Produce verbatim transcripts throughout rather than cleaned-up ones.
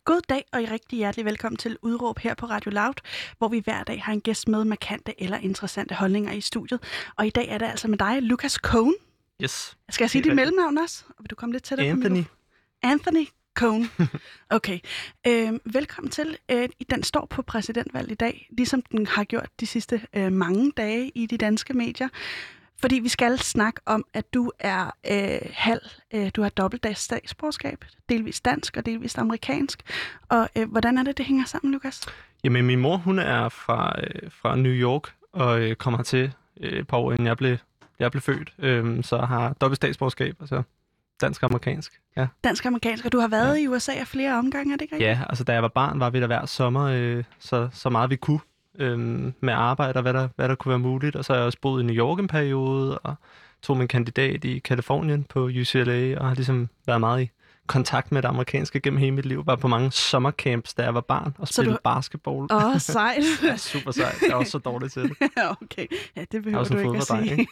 God dag og rigtig hjertelig velkommen til Udråb her på Radio Loud, hvor vi hver dag har en gæst med markante eller interessante holdninger i studiet. Og i dag er det altså med dig, Lucas Cohn. Yes. Skal jeg sige dit mellemnavn også? Vil du komme lidt tættere Anthony. på mig? Anthony Cohn. Okay. Øh, velkommen til. Øh, den står på præsidentvalg i dag, ligesom den har gjort de sidste øh, mange dage i de danske medier. Fordi vi skal snakke om, at du er øh, halv, øh, du har dobbelt statsborgerskab, delvis dansk og delvis amerikansk. Og øh, hvordan er det, det hænger sammen, Lucas? Jamen, min mor, hun er fra, øh, fra New York og øh, kommer hertil øh, et par år, inden jeg blev, jeg blev født. Øh, så har dobbelt statsborgerskab, altså dansk og amerikansk. Ja. Dansk og amerikansk, og du har været ja. i U S A af flere omgange, er det ikke rigtigt? Ja, altså da jeg var barn, var vi der hver sommer, øh, så, så meget vi kunne. Øhm, med arbejde og hvad der, hvad der kunne være muligt. Og så har jeg også boet i New York en periode, og tog min kandidat i Californien på U C L A, og har ligesom været meget i kontakt med det amerikanske gennem hele mit liv. Var på mange sommercamps, da jeg var barn, og spillede du... basketball. Åh, oh, sejt. Ja, super sejt. Jeg er også så dårlig til det. Okay, ja, det behøver du ikke at sige.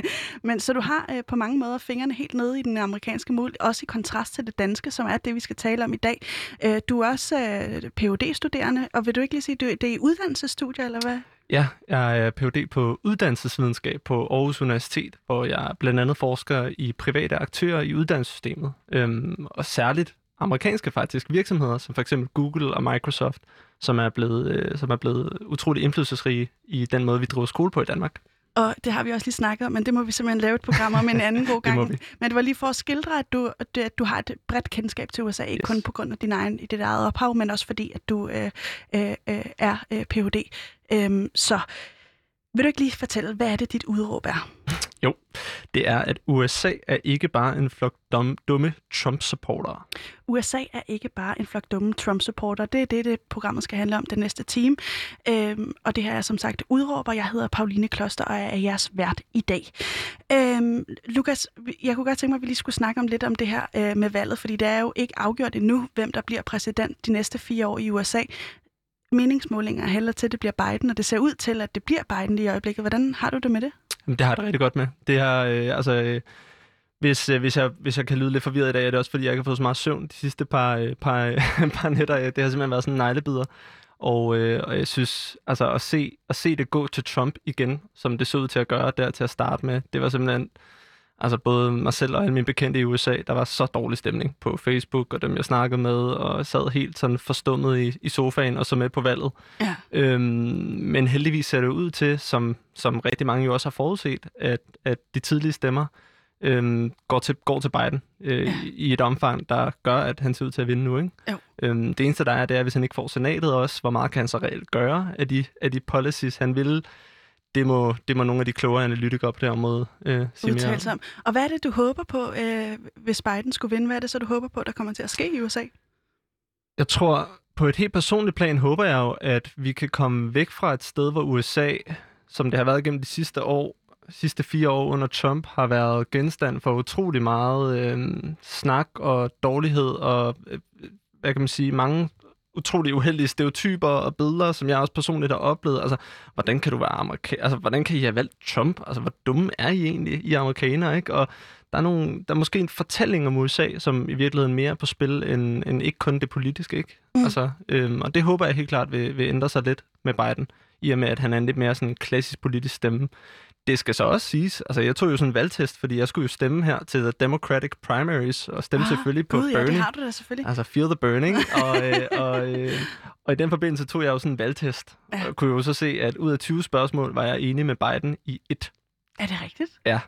Men så du har øh, på mange måder fingrene helt nede i den amerikanske mulighed, også i kontrast til det danske, som er det, vi skal tale om i dag. Øh, du er også øh, P H D-studerende, og vil du ikke lige sige, det er i uddannelsesstudier, eller hvad? Ja, jeg er P H D på uddannelsesvidenskab på Aarhus Universitet, hvor jeg blandt andet forsker i private aktører i uddannelsessystemet, øhm, og særligt amerikanske faktisk virksomheder, som for eksempel Google og Microsoft, som er blevet, øh, som er blevet utrolig indflydelsesrige i den måde, vi driver skole på i Danmark. Og det har vi også lige snakket om, men det må vi simpelthen lave et program om en anden god gang. det men det var lige for at skildre, at du, at du har et bredt kendskab til U S A, ikke yes. kun på grund af din egen, i dit eget ophav, men også fordi, at du øh, øh, er øh, P H D. Øhm, så vil du ikke lige fortælle, hvad er det, dit udråb er? Jo, det er, at U S A er ikke bare en flok dum, dumme Trump-supportere. U S A er ikke bare en flok dumme Trump-supportere. Det er det, det programmet skal handle om den næste time. Øhm, og det her er som sagt udråber. Jeg hedder Pauline Kloster og er jeres vært i dag. Øhm, Lucas, jeg kunne godt tænke mig, at vi lige skulle snakke om lidt om det her øh, med valget, fordi det er jo ikke afgjort endnu, hvem der bliver præsident de næste fire år i U S A. Meningsmålinger hælder til, at det bliver Biden, og det ser ud til, at det bliver Biden lige i øjeblikket. Hvordan har du det med det? Det har jeg det rigtig godt med. Det har, øh, altså, øh, hvis, øh, hvis, jeg, hvis jeg kan lyde lidt forvirret i dag, er det også, fordi jeg ikke har fået så meget søvn de sidste par, øh, par, øh, par nætter. Det har simpelthen været sådan en neglebider. Og, øh, og jeg synes, altså at se, at se det gå til Trump igen, som det så ud til at gøre der til at starte med, det var simpelthen... Altså både mig selv og alle mine bekendte i U S A, der var så dårlig stemning på Facebook, og dem jeg snakkede med, og sad helt sådan forstummet i, i sofaen og så med på valget. Ja. Øhm, men heldigvis ser det ud til, som, som rigtig mange jo også har forudset, at, at de tidlige stemmer øhm, går, til, går til Biden øh, ja. i, i et omfang, der gør, at han ser ud til at vinde nu. Ikke? Øhm, det eneste, der er, det er, hvis han ikke får senatet også, hvor meget kan han så reelt gøre af de, af de policies, han vil. Det må, det må nogle af de klogere analytikere på det område øh, sige mere om. Og hvad er det, du håber på, øh, hvis Biden skulle vinde? Hvad er det så, du håber på, der kommer til at ske i U S A? Jeg tror, på et helt personligt plan, håber jeg jo, at vi kan komme væk fra et sted, hvor U S A, som det har været gennem de sidste år, sidste fire år under Trump, har været genstand for utrolig meget øh, snak og dårlighed og, øh, hvad kan man sige, mange utrolig uheldige stereotyper og billeder, som jeg også personligt har oplevet. Altså, hvordan kan du være amerikaner? Altså, hvordan kan I have valgt Trump? Altså, hvor dumme er I egentlig, I amerikanere, ikke? Og der er, nogle, der er måske en fortælling om U S A, som i virkeligheden mere er på spil, end, end ikke kun det politiske, ikke? Mm. Altså, øhm, og det håber jeg helt klart vil, vil ændre sig lidt med Biden, i og med, at han er en lidt mere sådan klassisk politisk stemme. Det skal så også siges. Altså, jeg tog jo sådan en valgtest, fordi jeg skulle jo stemme her til The Democratic Primaries, og stemme ah, selvfølgelig på Gud, Bernie. Ja, det har du da selvfølgelig. Altså, feel the burning. og, øh, og, øh, og i den forbindelse tog jeg jo sådan en valgtest, ja. Og kunne jo så se, at ud af tyve spørgsmål var jeg enig med Biden i et. Er det rigtigt? Ja.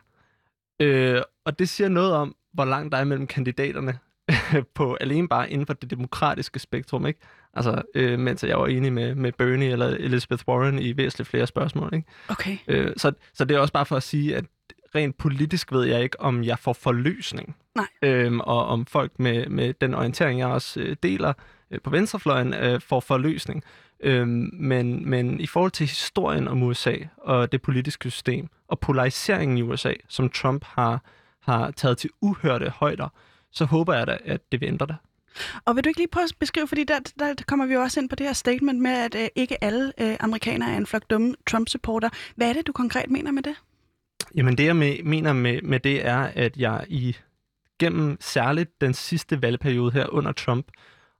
Øh, og det siger noget om, hvor langt der er mellem kandidaterne på alene bare inden for det demokratiske spektrum, ikke? Altså, øh, mens jeg var enig med, med Bernie eller Elizabeth Warren i væsentligt flere spørgsmål, ikke? Okay. Øh, så, så det er også bare for at sige, at rent politisk ved jeg ikke, om jeg får forløsning. Nej. Øhm, og om folk med, med den orientering, jeg også øh, deler øh, på venstrefløjen, øh, får forløsning. Øhm, men, men i forhold til historien om U S A og det politiske system og polariseringen i U S A, som Trump har, har taget til uhørte højder, så håber jeg da, at det vil ændre det. Og vil du ikke lige prøve at beskrive, fordi der, der kommer vi jo også ind på det her statement med, at øh, ikke alle øh, amerikanere er en flok dumme Trump-supporter. Hvad er det, du konkret mener med det? Jamen det, jeg med, mener med, med det, er, at jeg i gennem særligt den sidste valgperiode her under Trump,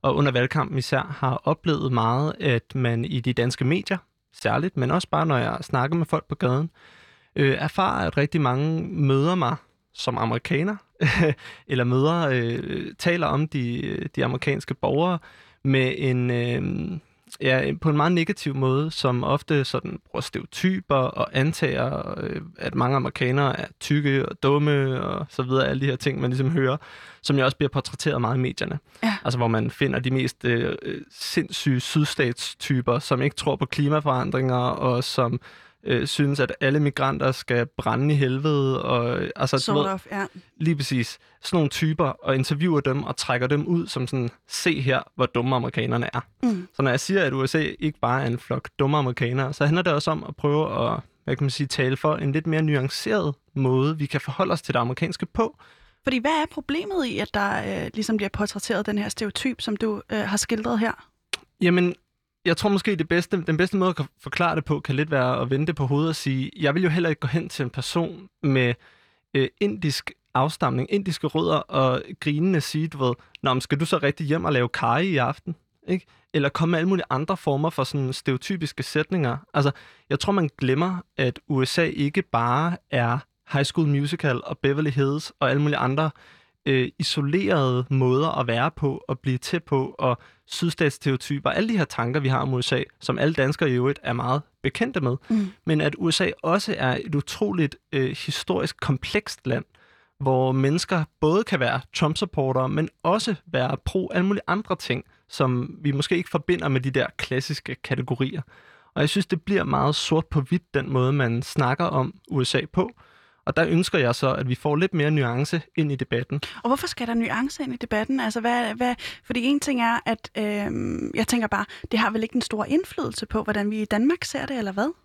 og under valgkampen især har oplevet meget, at man i de danske medier, særligt, men også bare når jeg snakker med folk på gaden, øh, erfarer, at rigtig mange møder mig som amerikaner, eller møder, øh, taler om de, de amerikanske borgere med en, øh, ja, på en meget negativ måde, som ofte sådan bruger stereotyper og antager, øh, at mange amerikanere er tykke og dumme og så videre, alle de her ting, man ligesom hører, som jo også bliver portrætteret meget i medierne. Ja. Altså hvor man finder de mest øh, sindssyge sydstatstyper, som ikke tror på klimaforandringer og som Øh, synes, at alle migranter skal brænde i helvede. Og, altså, sort ved, of, ja. Lige præcis. Sådan nogle typer, og interviewer dem og trækker dem ud som sådan, se her, hvor dumme amerikanerne er. Mm. Så når jeg siger, at U S A ikke bare er en flok dumme amerikanere, så handler det også om at prøve at, hvad kan man sige, tale for en lidt mere nuanceret måde, vi kan forholde os til det amerikanske på. Fordi hvad er problemet i, at der øh, ligesom bliver portrætteret den her stereotyp, som du øh, har skildret her? Jamen, jeg tror måske, det bedste, den bedste måde at forklare det på, kan lidt være at vende det på hovedet og sige, jeg vil jo heller ikke gå hen til en person med øh, indisk afstamning, indiske rødder, og grinende sige, du ved, nå, men skal du så rigtig hjem og lave karry i aften? Ikke? Eller komme med alle mulige andre former for sådan stereotypiske sætninger. Altså, jeg tror, man glemmer, at U S A ikke bare er High School Musical og Beverly Hills og alle mulige andre øh, isolerede måder at være på og blive til på, og sydstatsstereotyper, alle de her tanker, vi har om U S A, som alle danskere i øvrigt er meget bekendte med, mm. men at U S A også er et utroligt øh, historisk komplekst land, hvor mennesker både kan være Trump-supportere, men også være pro alle mulige andre ting, som vi måske ikke forbinder med de der klassiske kategorier. Og jeg synes, det bliver meget sort på hvidt, den måde, man snakker om U S A på. Og der ønsker jeg så, at vi får lidt mere nuance ind i debatten. Og hvorfor skal der nuance ind i debatten? Altså, hvad, hvad, fordi en ting er, at øh, jeg tænker bare, det har vel ikke en stor indflydelse på, hvordan vi i Danmark ser det, eller hvad?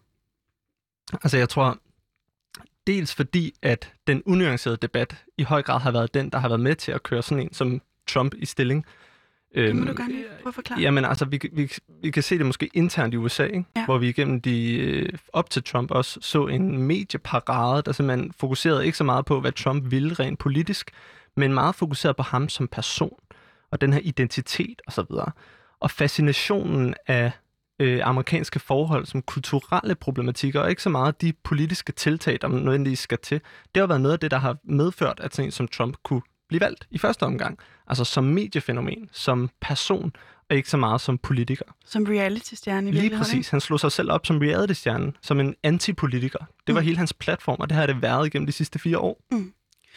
Altså, jeg tror, dels fordi, at den unuancerede debat i høj grad har været den, der har været med til at køre sådan en som Trump i stilling. Det må du gerne prøve at forklare. Jamen altså, vi, vi, vi kan se det måske internt i U S A, ikke? Ja. Hvor vi igennem de op til Trump også så en medieparade, der simpelthen fokuserede ikke så meget på, hvad Trump ville rent politisk, men meget fokuseret på ham som person, og den her identitet og så videre. Og fascinationen af øh, amerikanske forhold som kulturelle problematikker, og ikke så meget de politiske tiltag, der nødvendigvis skal til. Det har været noget af det, der har medført, at sådan en som Trump kunne blive valgt i første omgang. Altså som mediefænomen, som person, og ikke så meget som politiker. Som reality-stjerne i virkeligheden. Lige præcis. Han slog sig selv op som reality-stjerne, som en antipolitiker. Det var mm. hele hans platform, og det har det været igennem de sidste fire år. Mm.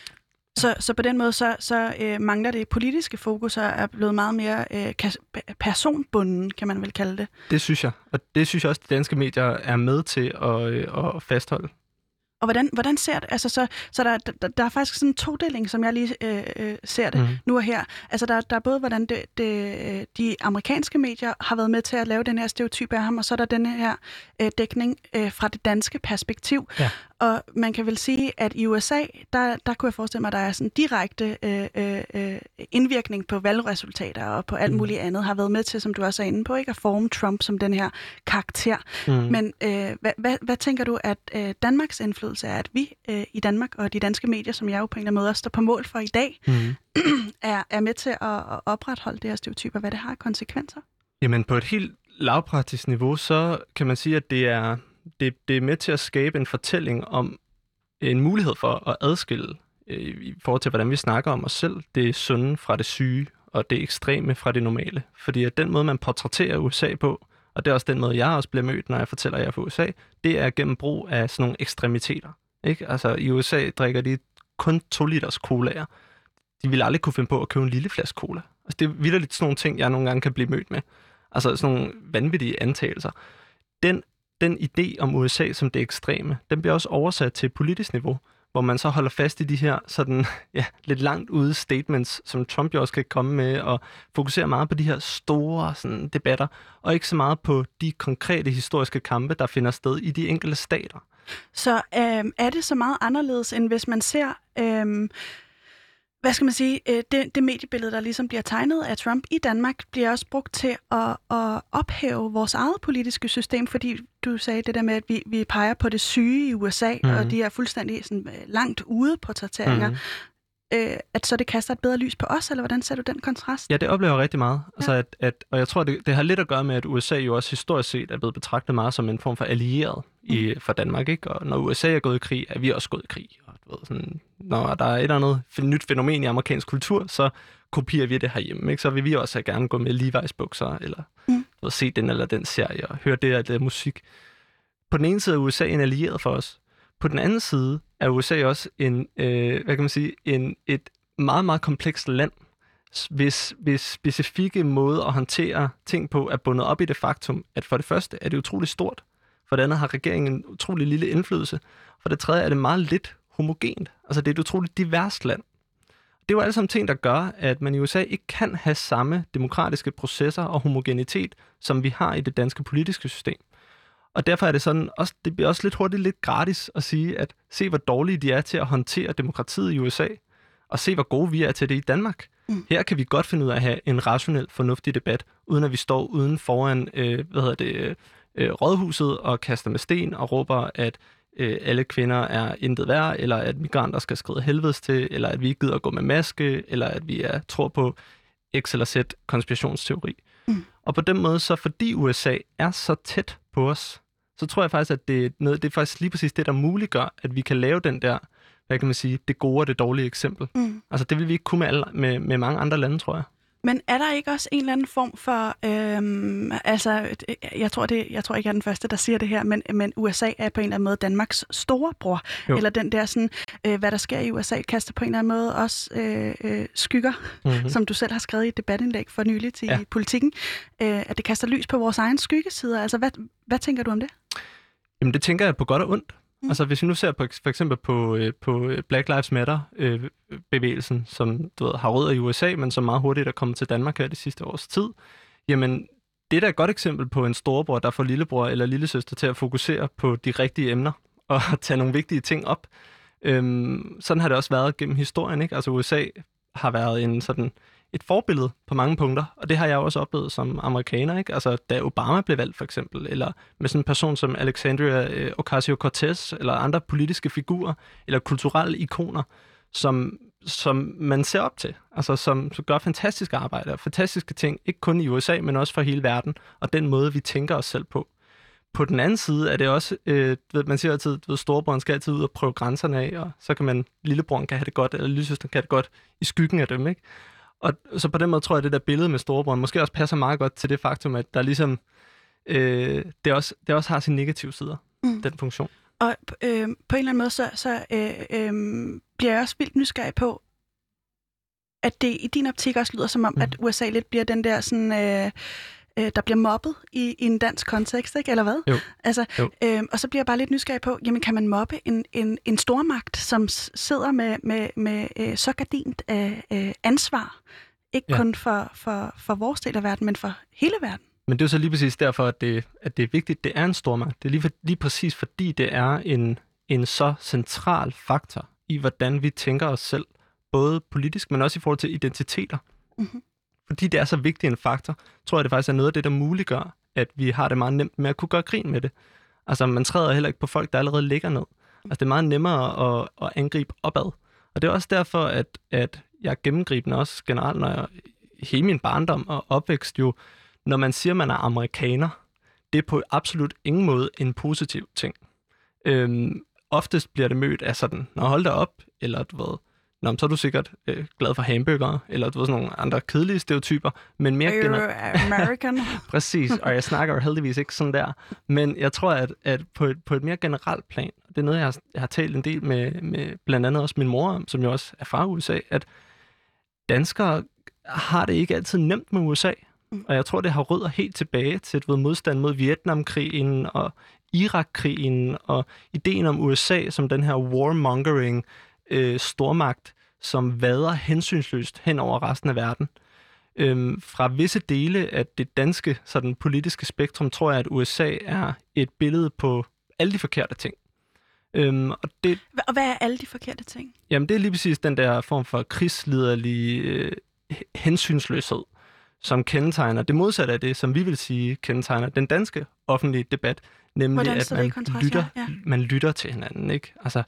Så, så på den måde, så, så øh, mangler det politiske fokus, og er blevet meget mere øh, personbunden, kan man vel kalde det. Det synes jeg. Og det synes jeg også, at de danske medier er med til at, øh, at fastholde. Og hvordan, hvordan ser det? Altså, så, så der, der, der er faktisk sådan en todeling, som jeg lige øh, øh, ser det mm-hmm. nu og her. Altså, der, der er både, hvordan det, det, de amerikanske medier har været med til at lave den her stereotype af ham, og så er der den her øh, dækning øh, fra det danske perspektiv. Ja. Og man kan vel sige, at i U S A, der, der kunne jeg forestille mig, at der er sådan en direkte øh, øh, indvirkning på valgresultater og på alt muligt mm. andet, har været med til, som du også er inde på, ikke at forme Trump som den her karakter. Mm. Men øh, hvad, hvad, hvad tænker du, at øh, Danmarks indflydelse er, at vi øh, i Danmark og de danske medier, som jeg jo på en eller anden måde også står på mål for i dag, mm. er, er med til at, at opretholde det her stereotyper, hvad det har af konsekvenser? Jamen på et helt lavpraktisk niveau, så kan man sige, at det er Det, det er med til at skabe en fortælling om en mulighed for at adskille øh, i forhold til, hvordan vi snakker om os selv, det sunde fra det syge, og det ekstreme fra det normale. Fordi at den måde, man portrætterer U S A på, og det er også den måde, jeg også bliver mødt, når jeg fortæller jer fra U S A, det er gennem brug af sådan nogle ekstremiteter. Ikke? Altså i U S A drikker de kun to liters colaer. De ville aldrig kunne finde på at købe en lille flaske cola. Altså, det er vitterligt sådan nogle ting, jeg nogle gange kan blive mødt med. Altså sådan nogle vanvittige antagelser. Den Den idé om U S A som det ekstreme, den bliver også oversat til politisk niveau, hvor man så holder fast i de her sådan, ja, lidt langt ude statements, som Trump jo også kan komme med, og fokuserer meget på de her store sådan, debatter, og ikke så meget på de konkrete historiske kampe, der finder sted i de enkelte stater. Så øh, er det så meget anderledes, end hvis man ser... Øh Hvad skal man sige, det, det mediebillede, der ligesom bliver tegnet af Trump i Danmark, bliver også brugt til at, at ophæve vores eget politiske system, fordi du sagde det der med, at vi, vi peger på det syge i U S A, mm-hmm. og de er fuldstændig sådan langt ude portrætteringer. Mm-hmm. øh, at så det kaster et bedre lys på os, eller hvordan ser du den kontrast? Ja, det oplever jeg rigtig meget. Ja. Altså at, at, og jeg tror, det, det har lidt at gøre med, at U S A jo også historisk set er blevet betragtet meget som en form for allieret i, for Danmark, ikke? Og når U S A er gået i krig, er vi også gået i krig. Og, du ved, sådan, når der er et eller andet nyt fænomen i amerikansk kultur, så kopierer vi det herhjemme, ikke? Så vil vi også gerne gå med Levi's bukser, eller mm. du ved, se den eller den serie, og høre det eller det musik. På den ene side er U S A en allieret for os. På den anden side er U S A også en, øh, hvad kan man sige, en, et meget, meget komplekst land, hvis, hvis specifikke måder at håndtere ting på er bundet op i det faktum, at for det første er det utroligt stort, for det andet har regeringen en utrolig lille indflydelse, for det tredje er det meget lidt homogent. Altså det er et utroligt diverst land. Det er jo alle sammen ting, der gør, at man i U S A ikke kan have samme demokratiske processer og homogenitet, som vi har i det danske politiske system. Og derfor er det sådan, også, det bliver også lidt hurtigt lidt gratis at sige, at se, hvor dårlige de er til at håndtere demokratiet i U S A, og se, hvor gode vi er til det i Danmark. Mm. Her kan vi godt finde ud af at have en rationel, fornuftig debat, uden at vi står uden foran øh, hvad hedder det, øh, rådhuset og kaster med sten og råber, at øh, alle kvinder er intet værd, eller at migranter skal skride helvedes til, eller at vi ikke gider at gå med maske, eller at vi er, tror på X eller Z konspirationsteori. Mm. Og på den måde, så fordi U S A er så tæt på os, så tror jeg faktisk, at det er, noget, det er faktisk lige præcis det, der muliggør, at vi kan lave den der, hvad kan man sige, det gode og det dårlige eksempel. Mm. Altså det vil vi ikke kunne med, alle, med, med mange andre lande, tror jeg. Men er der ikke også en eller anden form for, øhm, altså, jeg tror, det, jeg tror ikke, jeg er den første, der siger det her, men, men U S A er på en eller anden måde Danmarks storebror. Jo. Eller den der sådan, øh, hvad der sker i U S A, kaster på en eller anden måde også øh, øh, skygger, mm-hmm. som du selv har skrevet i et debatindlæg for nylig til ja. Politikken, øh, at det kaster lys på vores egen skyggesider. Altså, hvad, hvad tænker du om det? Jamen, det tænker jeg på godt og ondt. Mm. Altså, hvis vi nu ser på, for eksempel på, på Black Lives Matter-bevægelsen, øh, som du ved, har rødder i U S A, men som meget hurtigt er kommet til Danmark her de sidste års tid, jamen, det er da et godt eksempel på en storebror, der får lillebror eller lillesøster til at fokusere på de rigtige emner og tage nogle vigtige ting op. Øhm, sådan har det også været gennem historien, ikke? Altså, U S A har været en sådan et forbillede på mange punkter, og det har jeg også oplevet som amerikaner, ikke? Altså, da Obama blev valgt, for eksempel, eller med sådan en person som Alexandria øh, Ocasio-Cortez, eller andre politiske figurer, eller kulturelle ikoner, som, som man ser op til, altså som, som gør fantastiske arbejder, fantastiske ting, ikke kun i U S A, men også for hele verden, og den måde, vi tænker os selv på. På den anden side er det også, øh, ved, man siger altid, at storebroren skal altid ud og prøve grænserne af, og så kan man, lillebroren kan have det godt, eller lillesøsteren kan have det godt i skyggen af dem, ikke? Og så på den måde tror jeg, at det der billede med storebroren måske også passer meget godt til det faktum, at der ligesom, øh, det, også, det også har sine negative sider, mm. den funktion. Og øh, på en eller anden måde, så, så øh, øh, bliver jeg også vildt nysgerrig på, at det i din optik også lyder som om, mm. at U S A lidt bliver den der sådan... Øh, der bliver mobbet i, i en dansk kontekst, ikke? Eller hvad? Jo. Altså, jo. Øh, og så bliver jeg bare lidt nysgerrig på, jamen kan man mobbe en, en, en stormagt, som sidder med, med, med øh, så gardint af øh, ansvar, ikke ja. kun for, for, for vores del af verden, men for hele verden? Men det er jo så lige præcis derfor, at det, at det er vigtigt, det er en stormagt. Det er lige, for, lige præcis fordi, det er en, en så central faktor i, hvordan vi tænker os selv, både politisk, men også i forhold til identiteter. Mm-hmm. Fordi det er så vigtig en faktor, tror jeg, det faktisk er noget af det, der muliggør, at vi har det meget nemt med at kunne gøre grin med det. Altså, man træder heller ikke på folk, der allerede ligger ned. Altså, det er meget nemmere at, at angribe opad. Og det er også derfor, at, at jeg er gennemgribende også generelt, når jeg hele min barndom og opvækst jo, når man siger, man er amerikaner, det er på absolut ingen måde en positiv ting. Øhm, oftest bliver det mødt af sådan, når hold da op, eller du ved, nå, så er du sikkert øh, glad for hamburger, eller du ved, sådan nogle andre kedelige stereotyper, men mere generelt... American. Præcis, og jeg snakker jo heldigvis ikke sådan der, men jeg tror, at, at på, et, på et mere generelt plan, det er noget, jeg har, jeg har talt en del med, med blandt andet også min mor om, som jo også er fra U S A, at danskere har det ikke altid nemt med U S A, mm. og jeg tror, det har rødder helt tilbage til et ved, modstand mod Vietnamkrigen og Irakkrigen, og ideen om U S A som den her warmongering øh, stormagt, som vader hensynsløst hen over resten af verden. Øhm, fra visse dele af det danske sådan, politiske spektrum, tror jeg, at U S A er et billede på alle de forkerte ting. Øhm, og, det, og hvad er alle de forkerte ting? Jamen, det er lige præcis den der form for krigsliderlige øh, hensynsløshed, som kendetegner det modsatte af det, som vi vil sige kendetegner den danske offentlige debat, nemlig at man lytter, ja. man lytter til hinanden. Ikke? Altså,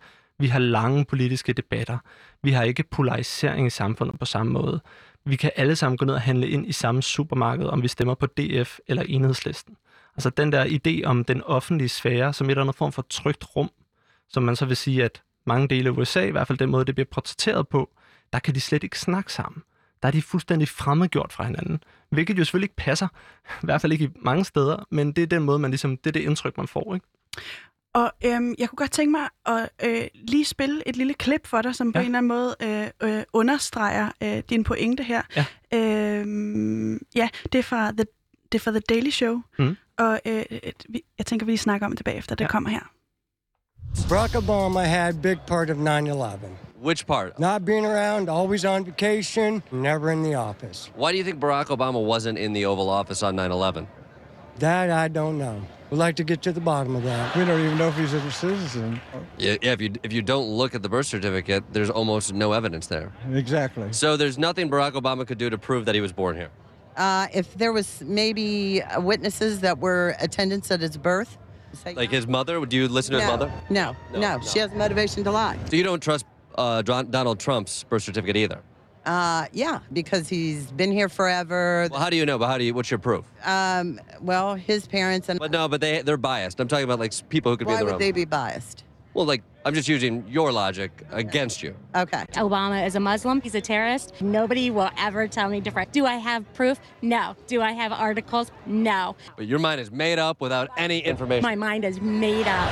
Vi har lange politiske debatter. Vi har ikke polarisering i samfundet på samme måde. Vi kan alle sammen gå ned og handle ind i samme supermarked, om vi stemmer på D F eller Enhedslisten. Altså den der idé om den offentlige sfære som et eller andet form for trygt rum, som man så vil sige, at mange dele af U S A, i hvert fald den måde, det bliver portrætteret på, der kan de slet ikke snakke sammen. Der er de fuldstændig fremmedgjort fra hinanden. Hvilket jo selvfølgelig ikke passer, i hvert fald ikke i mange steder, men det er den måde, man ligesom, det er det indtryk, man får, ikke? Og øhm, jeg kunne godt tænke mig at øh, lige spille et lille klip for dig, som ja. på en eller anden måde øh, øh, understreger øh, din pointe her. Ja, øhm, ja det, er fra The, det er fra The Daily Show, mm. og øh, jeg tænker, vi lige snakker om det bagefter. Det ja. kommer her. Barack Obama had a big part of nine eleven. Which part? Not being around, always on vacation, never in the office. Why do you think Barack Obama wasn't in the Oval Office on nine eleven? That I don't know. We'd like to get to the bottom of that. We don't even know if he's a citizen. Yeah, yeah if you if you don't look at the birth certificate, there's almost no evidence there. Exactly. So there's nothing Barack Obama could do to prove that he was born here? Uh, if there was maybe witnesses that were attendants at his birth. Like his mother? Would you listen to no, his mother? No, no, no, no. She has motivation to lie. So you don't trust uh, Donald Trump's birth certificate either? Uh, yeah, because he's been here forever. Well, how do you know? But how do you? What's your proof? Um, well, his parents and. But no, but they they're biased. I'm talking about like people who could Why be in the room. Why would they be biased? Well, like I'm just using your logic against you. Okay. Obama is a Muslim. He's a terrorist. Nobody will ever tell me different. Do I have proof? No. Do I have articles? No. But your mind is made up without any information. My mind is made up.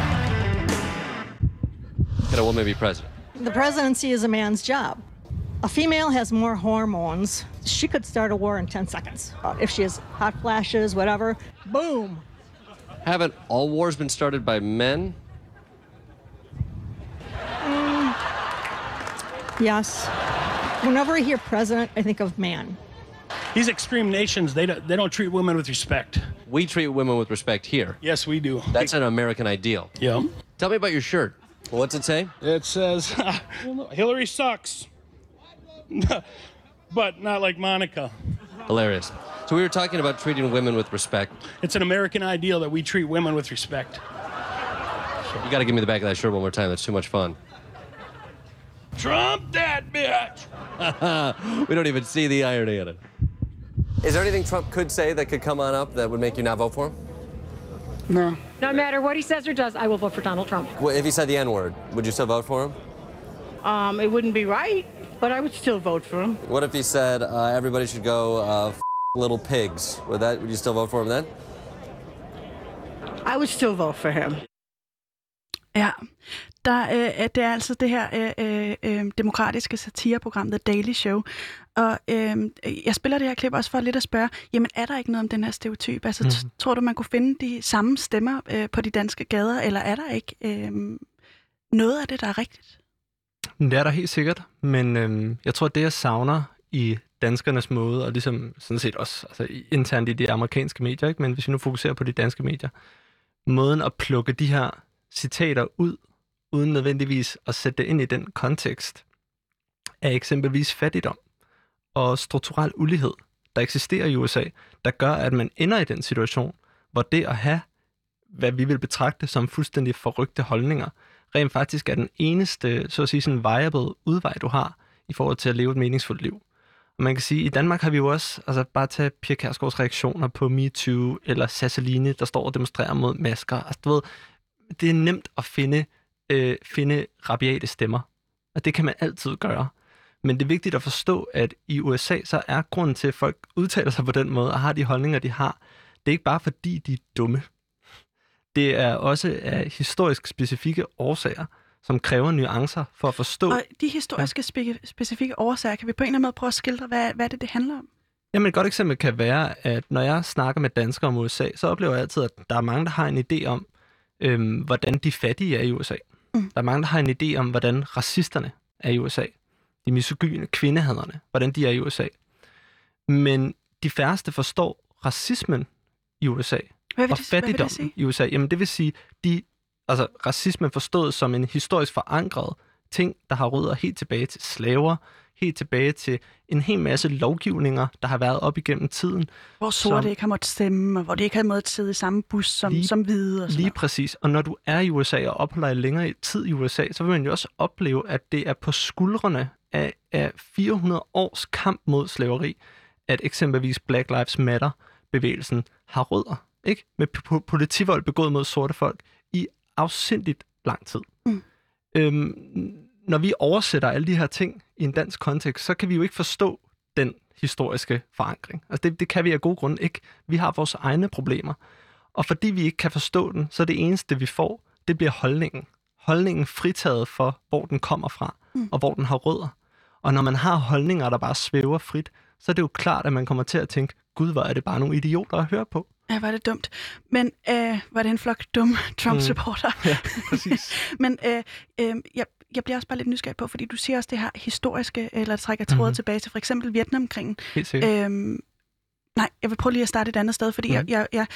Can a woman be president? The presidency is a man's job. A female has more hormones. She could start a war in ten seconds. If she has hot flashes, whatever, boom. Haven't all wars been started by men? Mm, yes. Whenever I hear president, I think of man. These extreme nations, they don't, they don't treat women with respect. We treat women with respect here. Yes, we do. That's an American ideal. Yeah. Tell me about your shirt. What's it say? It says, Hillary sucks. But not like Monica. Hilarious. So we were talking about treating women with respect. It's an American ideal that we treat women with respect. You got to give me the back of that shirt one more time. That's too much fun. Trump that bitch! We don't even see the irony in it. Is there anything Trump could say that could come on up that would make you not vote for him? No. No matter what he says or does, I will vote for Donald Trump. Well, if he said the N-word, would you still vote for him? Um, it wouldn't be right, but I would still vote for him. What if he said uh, everybody should go uh, f little pigs? Would that? Would you still vote for him then? I would still vote for him. Ja, der, øh, det er altså det her øh, øh, demokratiske satireprogram, The Daily Show. Og øh, jeg spiller det her klip også for lidt at spørge, jamen er der ikke noget om den her stereotyp? Altså mm. tror du, man kunne finde de samme stemmer øh, på de danske gader, eller er der ikke øh, noget af det, der er rigtigt? Det er der helt sikkert, men øh, jeg tror, det jeg savner i danskernes måde, og ligesom sådan set også altså, internt i de amerikanske medier, ikke? Men hvis vi nu fokuserer på de danske medier, måden at plukke de her citater ud, uden nødvendigvis at sætte det ind i den kontekst, er eksempelvis fattigdom og strukturel ulighed, der eksisterer i U S A, der gør, at man ender i den situation, hvor det at have, hvad vi vil betragte som fuldstændig forrygte holdninger, rent faktisk er den eneste, så at sige, sådan viable udvej, du har, i forhold til at leve et meningsfuldt liv. Og man kan sige, at i Danmark har vi jo også, altså bare tage Pia Kjærsgaards reaktioner på MeToo, eller Sasseline, der står og demonstrerer mod masker. Altså, du ved, det er nemt at finde, øh, finde rabiate stemmer, og det kan man altid gøre. Men det er vigtigt at forstå, at i U S A, så er grunden til, at folk udtaler sig på den måde, og har de holdninger, de har, det er ikke bare fordi, de er dumme. Det er også af historisk specifikke årsager, som kræver nuancer for at forstå. Og de historiske ja. spe- specifikke årsager, kan vi på en eller anden måde prøve at skildre, hvad, hvad det, det handler om? Jamen et godt eksempel kan være, at når jeg snakker med danskere om U S A, så oplever jeg altid, at der er mange, der har en idé om, øhm, hvordan de fattige er i U S A. Mm. Der er mange, der har en idé om, hvordan racisterne er i U S A. De misogyne, kvindehaderne, hvordan de er i U S A. Men de færreste forstår racismen i U S A. Hvad vil og det, fattigdom hvad vil det i U S A. Jamen det vil sige, de, altså racismen forstået som en historisk forankret ting, der har rødder helt tilbage til slaver, helt tilbage til en hel masse lovgivninger, der har været op igennem tiden. Hvor sorte som, ikke har måttet stemme, og hvor de ikke har måttet sidde i samme bus som, lige, som hvide. Og sådan lige noget. præcis. Og når du er i U S A og opholder længere tid i U S A, så vil man jo også opleve, at det er på skuldrene af, af fire hundrede års kamp mod slaveri, at eksempelvis Black Lives Matter-bevægelsen har rødder, ikke? Med p- politivold begået mod sorte folk i afsindigt lang tid. Mm. Øhm, når vi oversætter alle de her ting i en dansk kontekst, så kan vi jo ikke forstå den historiske forankring. Altså det, det kan vi af gode grunde ikke. Vi har vores egne problemer. Og fordi vi ikke kan forstå den, så det eneste, vi får, det bliver holdningen. Holdningen fritaget for, hvor den kommer fra, mm. og hvor den har rødder. Og når man har holdninger, der bare svæver frit, så er det jo klart, at man kommer til at tænke, gud, hvor er det bare nogle idioter at høre på. Ja, var det dumt. Men øh, var det en flok dumme Trump-supporter? Mm. Ja, præcis. Men øh, øh, jeg, jeg bliver også bare lidt nysgerrig på, fordi du siger også det her historiske, eller trækker trådet mm-hmm. tilbage til for eksempel Vietnamkrigen. Helt sikkert. Øhm, nej, jeg vil prøve lige at starte et andet sted, fordi mm. jeg, jeg, jeg,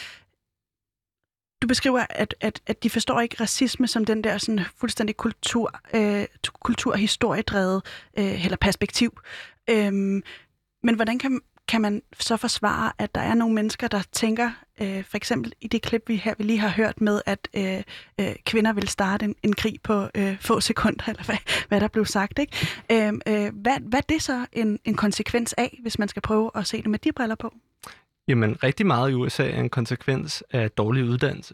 du beskriver, at, at, at de forstår ikke racisme som den der sådan fuldstændig kultur, øh, kulturhistoriedrevet øh, eller perspektiv. Øhm, men hvordan kan kan man så forsvare, at der er nogle mennesker, der tænker, øh, for eksempel i det klip, vi, her, vi lige har hørt med, at øh, øh, kvinder vil starte en, en krig på øh, få sekunder, eller hvad, hvad der blev sagt, ikke? Øh, øh, hvad, hvad er det så en, en konsekvens af, hvis man skal prøve at se det med de briller på? Jamen, rigtig meget i U S A er en konsekvens af dårlig uddannelse.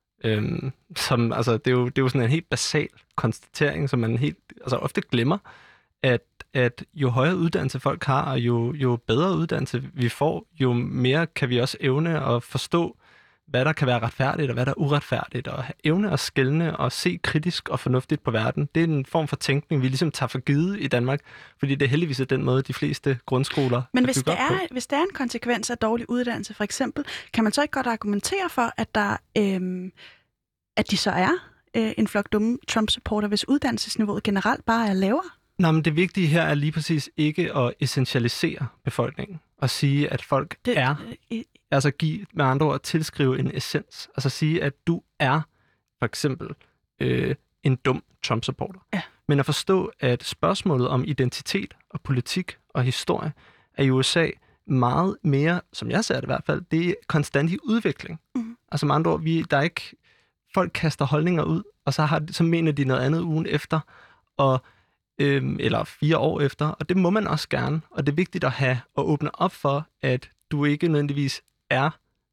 Øhm, som, altså, det, er jo, det er jo sådan en helt basal konstatering, som man helt, altså, ofte glemmer, at at jo højere uddannelse folk har, og jo, jo bedre uddannelse vi får, jo mere kan vi også evne at forstå, hvad der kan være retfærdigt, og hvad der er uretfærdigt, og evne at skelne og se kritisk og fornuftigt på verden. Det er en form for tænkning, vi ligesom tager for givet i Danmark, fordi det er heldigvis den måde, de fleste grundskoler Men er hvis bygget det op er, på. hvis det er en konsekvens af dårlig uddannelse, for eksempel, kan man så ikke godt argumentere for, at, der, øhm, at de så er øh, en flok dumme Trump-supporter, hvis uddannelsesniveauet generelt bare er lavere? Nå, men det vigtige her er lige præcis ikke at essentialisere befolkningen og sige, at folk det, er, øh, altså give med andre ord tilskrive en essens. Altså sige, at du er for eksempel øh, en dum Trump-supporter. Ja. Men at forstå, at spørgsmålet om identitet og politik og historie er i U S A meget mere, som jeg ser det i hvert fald, det er konstant i udvikling. Mm. Altså med andre ord, vi, der er ikke, folk kaster holdninger ud, og så, har, så mener de noget andet ugen efter, og Øhm, eller fire år efter, og det må man også gerne, og det er vigtigt at have og åbne op for, at du ikke nødvendigvis er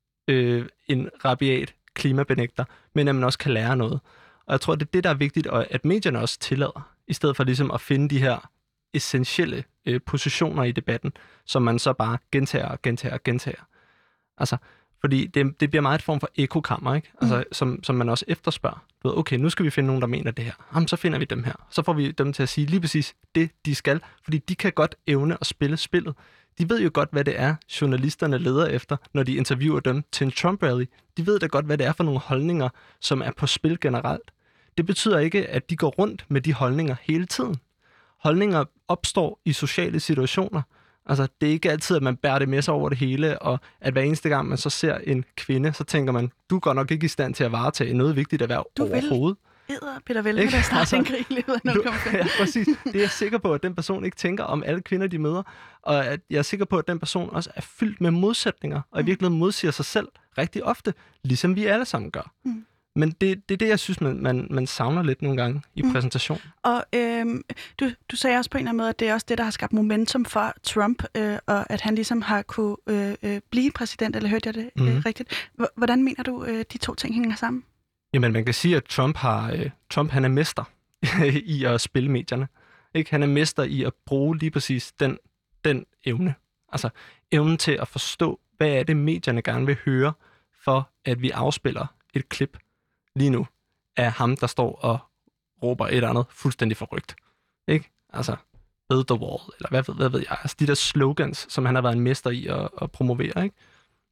øh, en rabiat klimabenægter, men at man også kan lære noget. Og jeg tror, det er det, der er vigtigt, og at medierne også tillader, i stedet for ligesom at finde de her essentielle øh, positioner i debatten, som man så bare gentager og gentager og gentager. Altså, fordi det, det bliver meget et form for ekokammer, ikke? Altså, mm. som, som man også efterspørger. Du ved, okay, nu skal vi finde nogen, der mener det her. Jamen, så finder vi dem her. Så får vi dem til at sige lige præcis det, de skal. Fordi de kan godt evne at spille spillet. De ved jo godt, hvad det er, journalisterne leder efter, når de interviewer dem til en Trump-rally. De ved da godt, hvad det er for nogle holdninger, som er på spil generelt. Det betyder ikke, at de går rundt med de holdninger hele tiden. Holdninger opstår i sociale situationer. Altså, det er ikke altid, at man bærer det med sig over det hele, og at hver eneste gang, man så ser en kvinde, så tænker man, du går nok ikke i stand til at varetage noget vigtigt erhverv du overhovedet. Du vil Peter Velme, der starter en krig i løbet af nul komma fem. Ja, præcis. Det er jeg sikker på, at den person ikke tænker om alle kvinder, de møder, og at jeg er sikker på, at den person også er fyldt med modsætninger, og i virkeligheden modsiger sig selv rigtig ofte, ligesom vi alle sammen gør. Mm. Men det, det er det, jeg synes, man, man, man savner lidt nogle gange i mm. præsentation. Og øhm, du, du sagde også på en eller anden måde, at det er også det, der har skabt momentum for Trump, øh, og at han ligesom har kunne øh, øh, blive præsident, eller hørte jeg det mm. øh, rigtigt? Hvordan mener du, øh, de to ting hænger sammen? Jamen, man kan sige, at Trump, har, øh, Trump han er mester i at spille medierne. Ikke? Han er mester i at bruge lige præcis den, den evne. Altså evnen til at forstå, hvad er det, medierne gerne vil høre, for at vi afspiller et klip lige nu af ham, der står og råber et eller andet fuldstændig forrygt. Ikke? Altså, build the wall, eller hvad, hvad ved jeg. Altså de der slogans, som han har været en mester i at, at promovere, ikke?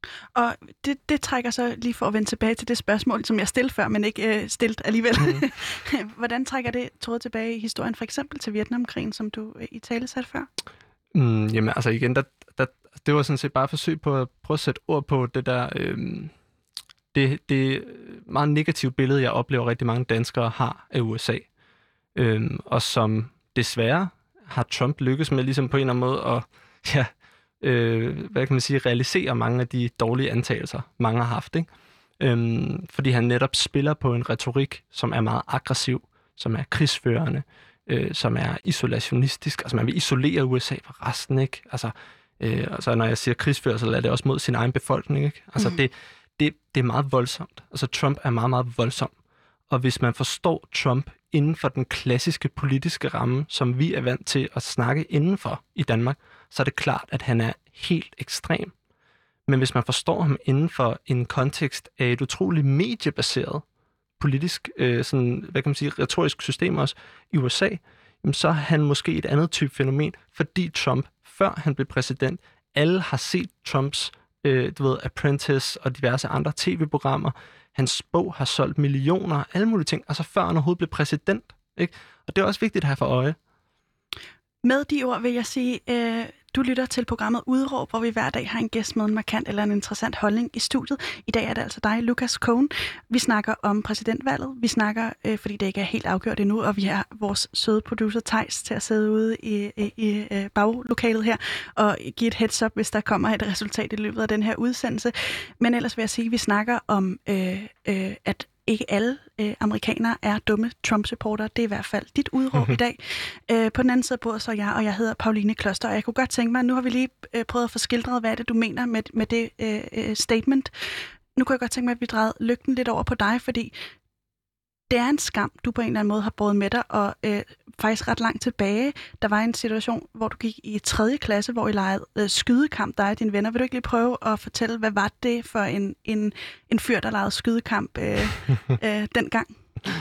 Og det, det trækker så lige for at vende tilbage til det spørgsmål, som jeg stillede før, men ikke øh, stillet alligevel. Mm. Hvordan trækker det trådet tilbage i historien, for eksempel til Vietnamkrigen, som du øh, i tale satte før? Mm, jamen altså igen, der, der, det var sådan set bare et forsøg på at prøve at sætte ord på det der... Øh, Det, det meget negative billede, jeg oplever rigtig mange danskere har af U S A, øhm, og som desværre har Trump lykkes med ligesom på en eller anden måde at, ja, øh, hvad kan man sige, realisere mange af de dårlige antagelser, mange har haft, ikke? Øhm, fordi han netop spiller på en retorik, som er meget aggressiv, som er krigsførende, øh, som er isolationistisk, altså man vil isolere U S A fra resten, ikke? Altså, øh, altså når jeg siger krigsførelse, så er det også mod sin egen befolkning, ikke? Altså mm. det, det, det er meget voldsomt. Altså Trump er meget, meget voldsom. Og hvis man forstår Trump inden for den klassiske politiske ramme, som vi er vant til at snakke indenfor i Danmark, så er det klart, at han er helt ekstrem. Men hvis man forstår ham inden for en kontekst af et utroligt mediebaseret politisk, øh, sådan, hvad kan man sige, retorisk system også i U S A, jamen, så er han måske et andet type fænomen, fordi Trump, før han blev præsident, alle har set Trumps øh, du ved, Apprentice og diverse andre tv-programmer. Hans bog har solgt millioner, alle mulige ting, altså før han overhovedet blev præsident. Ikke? Og det er også vigtigt at have for øje. Med de ord vil jeg sige, øh, du lytter til programmet Udråb, hvor vi hver dag har en gæst med en markant eller en interessant holdning i studiet. I dag er det altså dig, Lucas Cohen. Vi snakker om præsidentvalget. Vi snakker, øh, fordi det ikke er helt afgjort endnu, og vi har vores søde producer Theis til at sidde ude i, i, i øh, baglokalet her og give et heads up, hvis der kommer et resultat i løbet af den her udsendelse. Men ellers vil jeg sige, at vi snakker om, øh, øh, at ikke alle øh, amerikanere er dumme Trump-supportere. Det er i hvert fald dit udråb i dag. Øh, på den anden side af bordet så er jeg, og jeg hedder Pauline Kloster, og jeg kunne godt tænke mig, nu har vi lige øh, prøvet at få skildret, hvad er det, du mener med, med det øh, statement. Nu kunne jeg godt tænke mig, at vi drejede lygten lidt over på dig, fordi det er en skam, du på en eller anden måde har båret med dig, og øh, faktisk ret langt tilbage, der var en situation, hvor du gik i tredje klasse, hvor I legede øh, skydekamp, dig og dine venner. Vil du ikke lige prøve at fortælle, hvad var det for en, en, en fyr, der legede skydekamp øh, øh, dengang?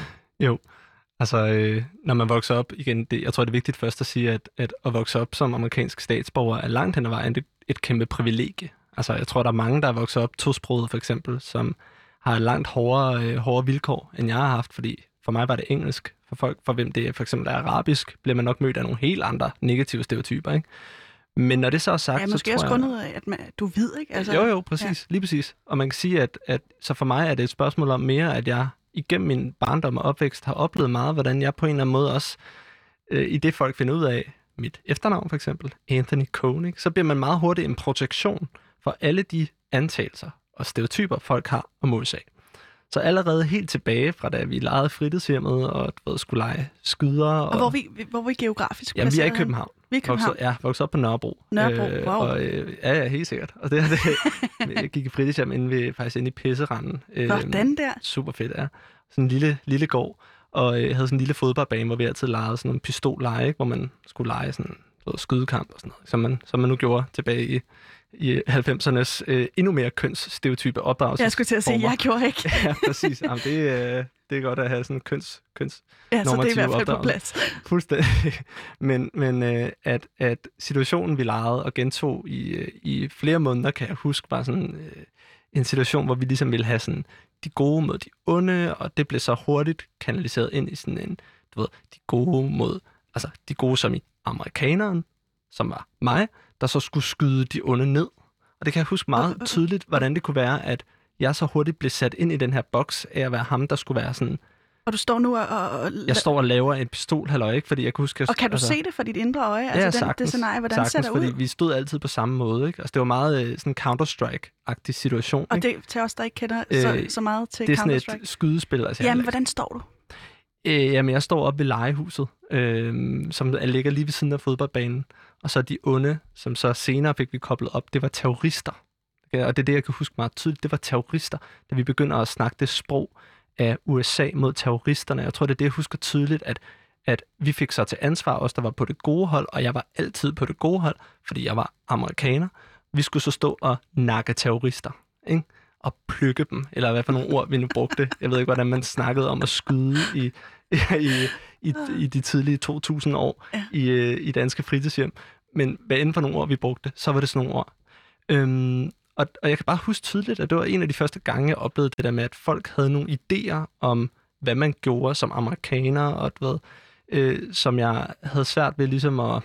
Jo, altså øh, når man vokser op, igen, det, jeg tror det er vigtigt først at sige, at, at at vokse op som amerikansk statsborger er langt hen ad vejen et, et kæmpe privilegie. Altså jeg tror, der er mange, der er vokset op tosproget for eksempel, som har langt hårdere, øh, hårdere vilkår, end jeg har haft, fordi for mig var det engelsk. For folk, for hvem det for eksempel er arabisk, bliver man nok mødt af nogle helt andre negative stereotyper, ikke? Men når det så er sagt, ja, måske så også tror grundet af, at man, du ved, ikke? Altså, jo, jo, præcis. Ja. Lige præcis. Og man kan sige, at, at så for mig er det et spørgsmål om mere, at jeg igennem min barndom og opvækst har oplevet meget, hvordan jeg på en eller anden måde også, øh, i det folk finder ud af, mit efternavn for eksempel, Anthony Cohen, ikke? Så bliver man meget hurtigt en protektion for alle de antagelser og stereotyper, folk har om U S A. Så allerede helt tilbage fra da vi legede fritidshjemmet og ved, skulle lege skyder. Og, og hvor vi hvor vi geografisk placeret? Jamen, vi er i København. Vi er i København? Vokset, ja, vokset op på Nørrebro. Nørrebro, øh, wow. Og, øh, ja, ja, helt sikkert. Og det er det. Jeg gik i fritidshjem inde ved, faktisk inde i Pisseranden. Hvordan der? Super fedt, ja. Sådan en lille, lille gård. Og jeg øh, havde sådan en lille fodboldbane, hvor vi altid legede sådan en pistolleje, hvor man skulle lege sådan en skydekamp og sådan noget, som man, som man nu gjorde tilbage i i halvfemsernes øh, endnu mere kønsstereotype opdragelsesformer. Jeg skulle til at sige, jeg gjorde ikke. Ja, præcis. Jamen, det, øh, det er godt at have sådan en køns, køns ja, så det er i hvert fald på plads. Fuldstændig. Men, men øh, at, at situationen, vi legede og gentog i, øh, i flere måneder, kan jeg huske, var sådan øh, en situation, hvor vi ligesom ville have sådan de gode mod de onde, og det blev så hurtigt kanaliseret ind i sådan en, du ved, de gode mod, altså de gode som i amerikaneren, som var mig, der så skulle skyde de onde ned. Og det kan jeg huske meget tydeligt, hvordan det kunne være, at jeg så hurtigt blev sat ind i den her boks af at være ham, der skulle være sådan... Og du står nu og... og... Jeg står og laver et pistolhalløj, ikke? Fordi jeg kan huske... Og kan du altså... se det for dit indre øje? Ja, altså sagtens, den, det scenarie, hvordan sagtens, ser det ud? fordi vi stod altid på samme måde, ikke? Altså det var meget sådan en Counter-Strike-agtig situation, ikke? Og det til os, der ikke kender øh, så, så meget til Counter-Strike. Det er sådan et skydespil. Altså, jamen, hvordan står du? Øh, jamen, jeg står oppe ved legehuset, øh, som ligger lige ved siden af fodboldbanen. Og så de onde, som så senere fik vi koblet op, det var terrorister. Okay? Og det er det, jeg kan huske meget tydeligt. Det var terrorister, da vi begynder at snakke det sprog af U S A mod terroristerne. Jeg tror, det er det, jeg husker tydeligt, at, at vi fik så til ansvar, os der var på det gode hold, og jeg var altid på det gode hold, fordi jeg var amerikaner. Vi skulle så stå og nakke terrorister, ikke? Og plukke dem, eller hvad for nogle ord vi nu brugte. Jeg ved ikke, hvordan man snakkede om at skyde i, i, i, i de tidlige to tusind år ja. i, i danske fritidshjem. Men hvad end for nogle ord vi brugte, så var det sådan nogle ord. Øhm, og, og jeg kan bare huske tydeligt, at det var en af de første gange, jeg oplevede det der med, at folk havde nogle idéer om, hvad man gjorde som amerikaner, og ved, øh, som jeg havde svært ved ligesom at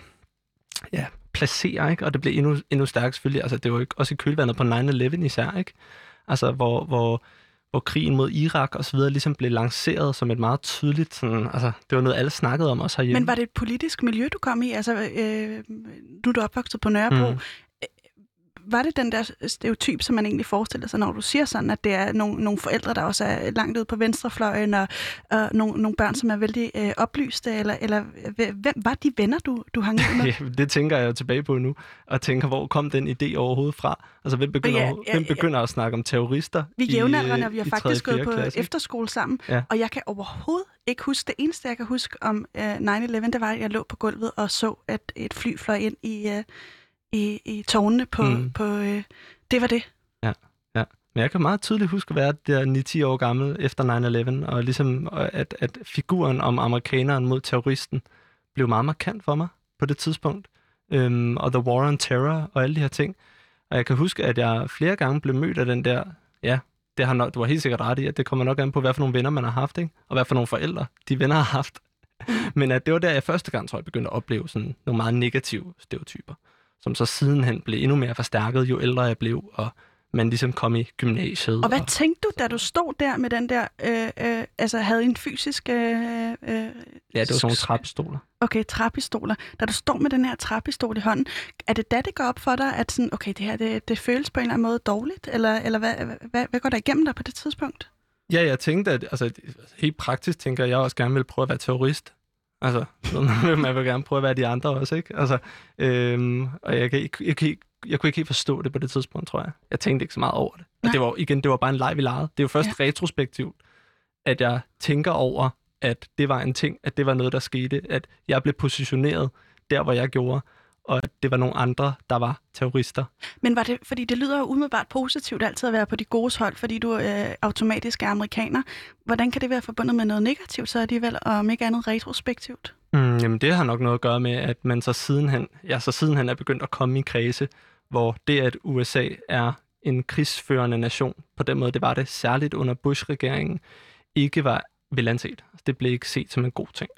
ja, placere, ikke? Og det blev endnu, endnu stærkere selvfølgelig. Altså, det var jo også i kølvandet på nine eleven især, ikke? Altså, hvor, hvor, hvor krigen mod Irak og så videre ligesom blev lanceret som et meget tydeligt, sådan, altså det var noget, alle snakkede om også herhjemme. Men var det et politisk miljø, du kom i? Altså, øh, du er opvokset på Nørrebro. Mm. Var det den der stereotyp, som man egentlig forestiller sig, når du siger sådan, at det er nogle, nogle forældre, der også er langt ude på venstrefløjen, og, og nogle, nogle børn, som er vældig øh, oplyste, eller, eller hvem var de venner, du, du hang ud med? Ja, det tænker jeg jo tilbage på nu, og tænker, hvor kom den idé overhovedet fra? Altså, hvem begynder, ja, ja, hvem begynder ja. at snakke om terrorister? Vi er jævnaldrende, og vi har faktisk gået på klasse. efterskole sammen, ja. og jeg kan overhovedet ikke huske, det eneste, jeg kan huske om øh, nine eleven, det var, at jeg lå på gulvet og så, at et fly fløj ind i... Øh, i, i tårnene på... Mm. på øh, det var det. Ja, ja. Men jeg kan meget tydeligt huske at være der ni til ti år gammel efter nine eleven, og ligesom at, at figuren om amerikaneren mod terroristen blev meget markant for mig på det tidspunkt. Øhm, og The War on Terror og alle de her ting. Og jeg kan huske, at jeg flere gange blev mødt af den der... Ja, det har nok, du har helt sikkert ret i, at det kommer nok an på, hvad for nogle venner man har haft, ikke? Og hvad for nogle forældre de venner har haft. Men at det var der, jeg første gang, tror jeg, begyndte at opleve sådan nogle meget negative stereotyper, som så sidenhen blev endnu mere forstærket, jo ældre jeg blev, og man ligesom kom i gymnasiet. Og hvad og... tænkte du, da du stod der med den der, øh, øh, altså havde en fysisk... Øh, øh, ja, det var sådan nogle trappistoler. Okay, trappistoler. Da du står med den her trappistol i hånden, er det da, det går op for dig, at sådan, okay, det her, det, det føles på en eller anden måde dårligt, eller, eller hvad, hvad, hvad går der igennem dig på det tidspunkt? Ja, jeg tænkte, at altså, helt praktisk tænker jeg, jeg også gerne vil prøve at være terrorist. Altså, man vil gerne prøve at være de andre også, ikke? Altså, øhm, og jeg, kan ikke, jeg, kan ikke, jeg kunne ikke helt forstå det på det tidspunkt, tror jeg. Jeg tænkte ikke så meget over det. Og det var, igen, det var bare en leg, vi legede. Det er jo først ja. retrospektivt, at jeg tænker over, at det var en ting, at det var noget, der skete, at jeg blev positioneret der, hvor jeg gjorde, og at det var nogle andre, der var terrorister. Men var det, fordi det lyder jo umiddelbart positivt altid at være på de godes hold, fordi du øh, automatisk er amerikaner. Hvordan kan det være forbundet med noget negativt, så alligevel, og om ikke andet retrospektivt? Mm, jamen det har nok noget at gøre med, at man så sidenhen, ja, så sidenhen er begyndt at komme i kredse, hvor det, at U S A er en krigsførende nation, på den måde, det var det særligt under Bush-regeringen, ikke var velanset. Det blev ikke set som en god ting.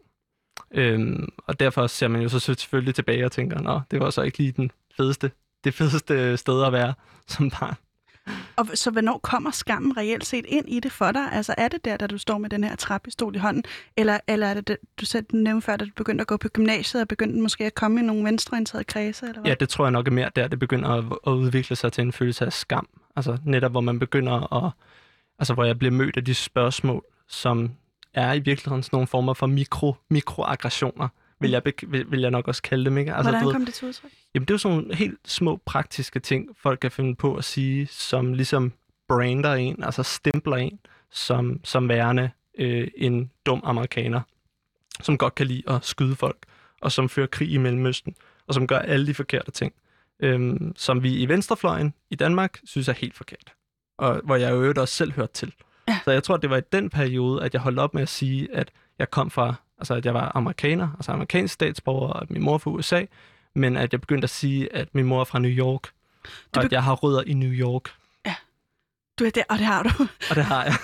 Øhm, og derfor ser man jo så selvfølgelig tilbage og tænker, nå, det var så ikke lige den fedeste, det fedeste sted at være som barn. Og så hvornår kommer skammen reelt set ind i det for dig? Altså er det der, da du står med den her trappistol i hånden, eller, eller er det, det du selv nævnte før, da du begyndte at gå på gymnasiet og begyndte måske at komme i nogle venstreorienterede kredse? Eller hvad? Ja, det tror jeg nok er mere der, det begynder at, at udvikle sig til en følelse af skam. Altså netop, hvor man begynder at, altså hvor jeg bliver mødt af de spørgsmål, som er i virkeligheden sådan nogle former for mikro, mikroaggressioner, vil jeg, vil, vil jeg nok også kalde dem, ikke? Altså, hvordan kom det til udtryk? Jamen, det er jo sådan nogle helt små praktiske ting, folk kan finde på at sige, som ligesom brander en, altså stempler en, som, som værende øh, en dum amerikaner, som godt kan lide at skyde folk, og som fører krig i Mellemøsten, og som gør alle de forkerte ting, øh, som vi i venstrefløjen i Danmark synes er helt forkert, og hvor jeg jo øvrigt også selv hørte til. Ja. Så jeg tror, det var i den periode, at jeg holdt op med at sige, at jeg kom fra, altså at jeg var amerikaner, altså amerikansk statsborger, og at min mor er fra U S A, men at jeg begyndte at sige, at min mor er fra New York, og be- at jeg har rødder i New York. Ja, du er der, og det har du. Og det har jeg.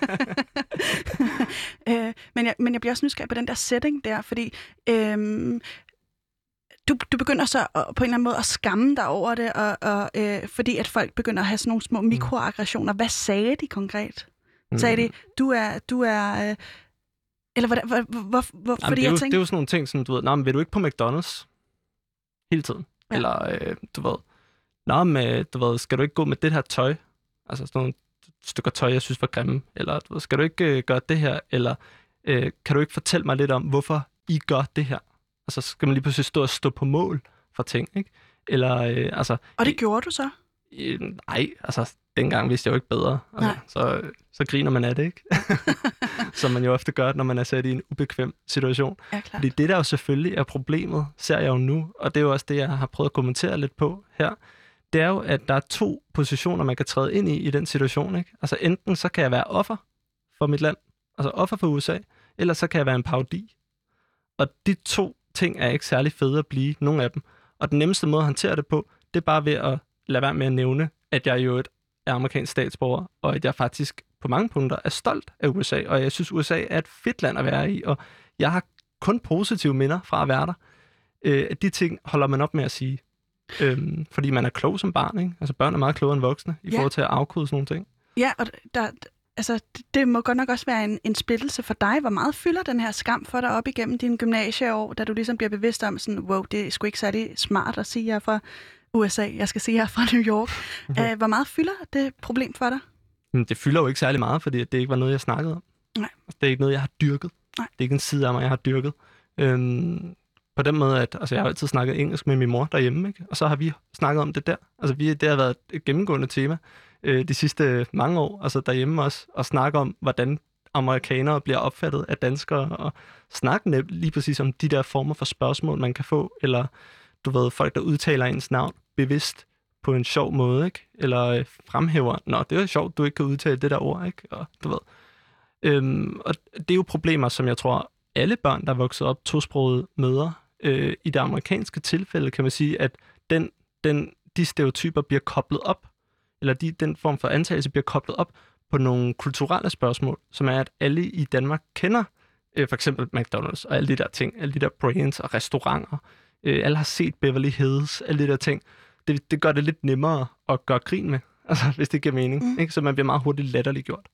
øh, men, jeg men jeg bliver også nysgerrig på den der setting der, fordi øh, du, du begynder så at, på en eller anden måde at skamme dig over det, og, og, øh, fordi at folk begynder at have sådan nogle små mikroaggressioner. Hvad sagde de konkret? Sagde de, du er, du er, øh, eller hvor, hvor, hvor, hvor Jamen, fordi det er, jo, jeg tænkte... det er jo sådan nogle ting, som du ved, nå, men vil du ikke på McDonald's hele tiden? Ja. Eller, øh, du ved, nå, men, du ved, skal du ikke gå med det her tøj? Altså sådan nogle stykker tøj, jeg synes var grimme. Eller, du ved, skal du ikke øh, gøre det her? Eller, øh, kan du ikke fortælle mig lidt om, hvorfor I gør det her? Altså, skal man lige pludselig stå og stå på mål for ting, ikke? Eller, øh, altså... Og det gjorde du så? Øh, nej, altså... Dengang vidste jeg jo ikke bedre. Altså, så, så griner man af det, ikke? Som man jo ofte gør, når man er sat i en ubekvem situation. Ja, klart. Fordi det, der jo selvfølgelig er problemet, ser jeg jo nu, og det er jo også det, jeg har prøvet at kommentere lidt på her, det er jo, at der er to positioner, man kan træde ind i i den situation, ikke? Altså enten så kan jeg være offer for mit land, altså offer for U S A, eller så kan jeg være en parodi. Og de to ting er ikke særlig fede at blive, nogen af dem. Og den nemmeste måde at håndtere det på, det er bare ved at lade være med at nævne, at jeg jo et er amerikansk statsborger, og at jeg faktisk på mange punkter er stolt af U S A, og jeg synes, U S A er et fedt land at være i, og jeg har kun positive minder fra at være der. Øh, de ting holder man op med at sige, øhm, fordi man er klog som barn, ikke? Altså børn er meget klogere end voksne, i ja. forhold til at afkode sådan nogle ting. Ja, og der, altså, det, det må godt nok også være en, en splittelse for dig. Hvor meget fylder den her skam for dig op igennem dine gymnasieår, da du ligesom bliver bevidst om sådan, wow, det er sgu ikke særlig smart at sige, at jeg er fra U S A, jeg skal sige, at jeg er fra New York. Okay. Uh, hvor meget fylder det problem for dig? Men det fylder jo ikke særlig meget, fordi det ikke var noget, jeg snakkede om. Nej. Det er ikke noget, jeg har dyrket. Nej. Det er ikke en side af mig, jeg har dyrket. Øhm, på den måde, at altså, jeg har altid snakket engelsk med min mor derhjemme, ikke? Og så har vi snakket om det der. Altså, vi, det har været et gennemgående tema øh, de sidste mange år, altså derhjemme også, at snakke om, hvordan amerikanere bliver opfattet af danskere, og snakke lige præcis om de der former for spørgsmål, man kan få, eller du ved, folk, der udtaler ens navn bevidst på en sjov måde, ikke? Eller øh, fremhæver, nå, det er sjovt, du ikke kan udtale det der ord, ikke? Og du ved. Øhm, og det er jo problemer, som jeg tror, alle børn, der er vokset op tosprogede møder. Øh, I det amerikanske tilfælde kan man sige, at den, den, de stereotyper bliver koblet op, eller de, den form for antagelse bliver koblet op på nogle kulturelle spørgsmål, som er, at alle i Danmark kender øh, for eksempel McDonald's og alle de der ting, alle de der brands og restauranter. Øh, alle har set Beverly Hills, alle de der ting. Det, det gør det lidt nemmere at gøre grin med, altså, hvis det giver mening. Mm. Ikke? Så man bliver meget hurtigt latterliggjort.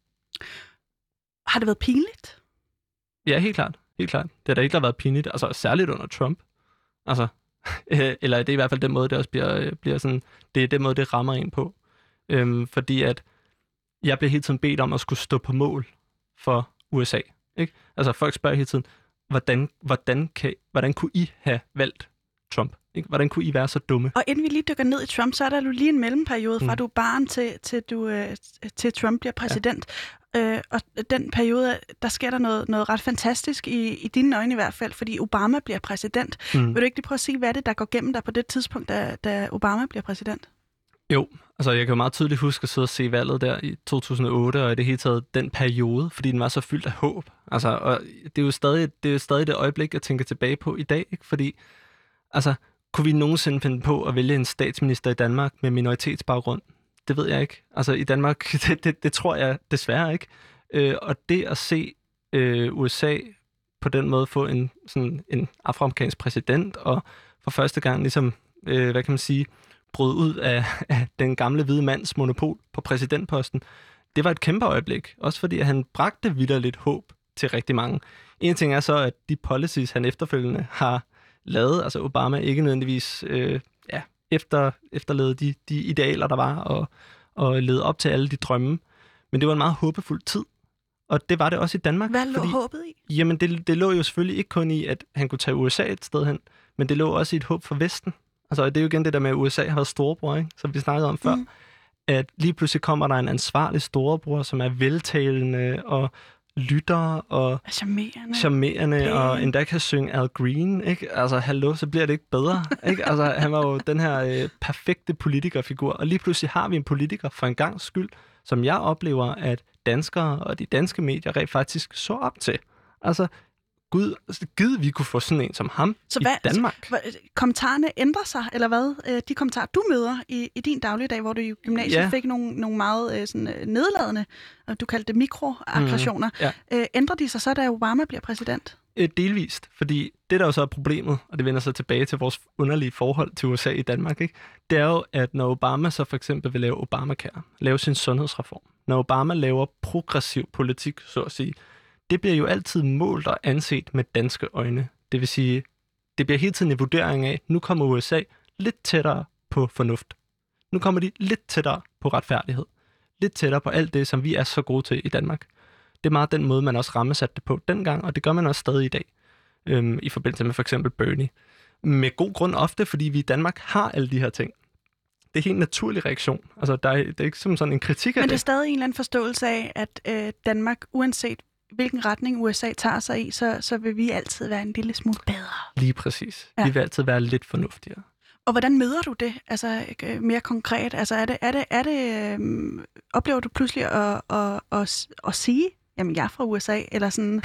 Har det været pinligt? Ja, helt klart. Helt klart. Det har da ikke været pinligt, altså særligt under Trump. Altså, eller det er i hvert fald den måde, det også bliver, bliver sådan, det er den måde, det rammer en på. Øhm, fordi at jeg bliver hele tiden bedt om at skulle stå på mål for U S A. Ikke? Altså folk spørger hele tiden, hvordan, hvordan, kan, hvordan kunne I have valgt Trump? Ikke? Hvordan kunne I være så dumme? Og inden vi lige dykker ned i Trump, så er der jo lige en mellemperiode fra mm. du er barn til, til, du, øh, til Trump bliver præsident. Ja. Øh, og den periode, der sker der noget, noget ret fantastisk, i, i dine øjne i hvert fald, fordi Obama bliver præsident. Mm. Vil du ikke lige prøve at sige, hvad er det, der går gennem dig på det tidspunkt, da, da Obama bliver præsident? Jo, altså jeg kan jo meget tydeligt huske at sidde og se valget der i to tusind og otte, og i det hele taget den periode, fordi den var så fyldt af håb. Altså, og det er jo stadig det, er jo stadig det øjeblik, jeg tænker tilbage på i dag, ikke? Fordi altså, kunne vi nogensinde finde på at vælge en statsminister i Danmark med minoritetsbaggrund? Det ved jeg ikke. Altså i Danmark, det, det, det tror jeg desværre ikke. Øh, og det at se øh, U S A på den måde få en, sådan, en afroamerikansk præsident, og for første gang ligesom, øh, hvad kan man sige, bryde ud af, af den gamle hvide mands monopol på præsidentposten, det var et kæmpe øjeblik. Også fordi han bragte vitterligt håb til rigtig mange. En ting er så, at de policies, han efterfølgende har lavet, altså Obama ikke nødvendigvis øh, ja, efter, efterlevede de, de idealer, der var, og, og levede op til alle de drømme. Men det var en meget håbefuld tid. Og det var det også i Danmark. Hvad lå fordi, håbet i? Jamen, det, det lå jo selvfølgelig ikke kun i, at han kunne tage U S A et sted hen, men det lå også i et håb for Vesten. Altså, det er jo igen det der med, at U S A har været storebror, ikke? Som vi snakkede om før. Mm. At lige pludselig kommer der en ansvarlig storebror, som er veltalende og lytter og charmerende, charmerende og endda kan synge Al Green, ikke? Altså, hallo, så bliver det ikke bedre, ikke? Altså, han var jo den her øh, perfekte politikerfigur, og lige pludselig har vi en politiker for en gangs skyld, som jeg oplever, at danskere og de danske medier rent faktisk så op til. Altså, gud, gid vi kunne få sådan en som ham så i hvad, Danmark. Så, kommentarerne ændrer sig, eller hvad? De kommentarer, du møder i, i din dagligdag, hvor du i gymnasiet ja. fik nogle, nogle meget sådan, nedladende, og du kaldte det mikroaggressioner. Mm, ja. Ændrer de sig så, da Obama bliver præsident? Delvist, fordi det der jo så er problemet, og det vender sig tilbage til vores underlige forhold til U S A i Danmark, ikke? Det er jo, at når Obama så for eksempel vil lave Obamacare, lave sin sundhedsreform, når Obama laver progressiv politik, så at sige, det bliver jo altid målt og anset med danske øjne. Det vil sige, det bliver hele tiden en vurdering af, nu kommer U S A lidt tættere på fornuft. Nu kommer de lidt tættere på retfærdighed. Lidt tættere på alt det, som vi er så gode til i Danmark. Det er meget den måde, man også rammesatte det på dengang, og det gør man også stadig i dag, øhm, i forbindelse med for eksempel Bernie. Med god grund ofte, fordi vi i Danmark har alle de her ting. Det er helt en naturlig reaktion. Altså, der er, det er ikke som sådan en kritik af det. Men det er stadig en eller anden forståelse af, at øh, Danmark, uanset hvilken retning U S A tager sig i, så, så vil vi altid være en lille smule bedre. Lige præcis. Ja. Vi vil altid være lidt fornuftigere. Og hvordan møder du det? Altså mere konkret. Altså er det, er det, er det øhm, oplever du pludselig at, at, at, at sige, jamen jeg er fra U S A, eller sådan,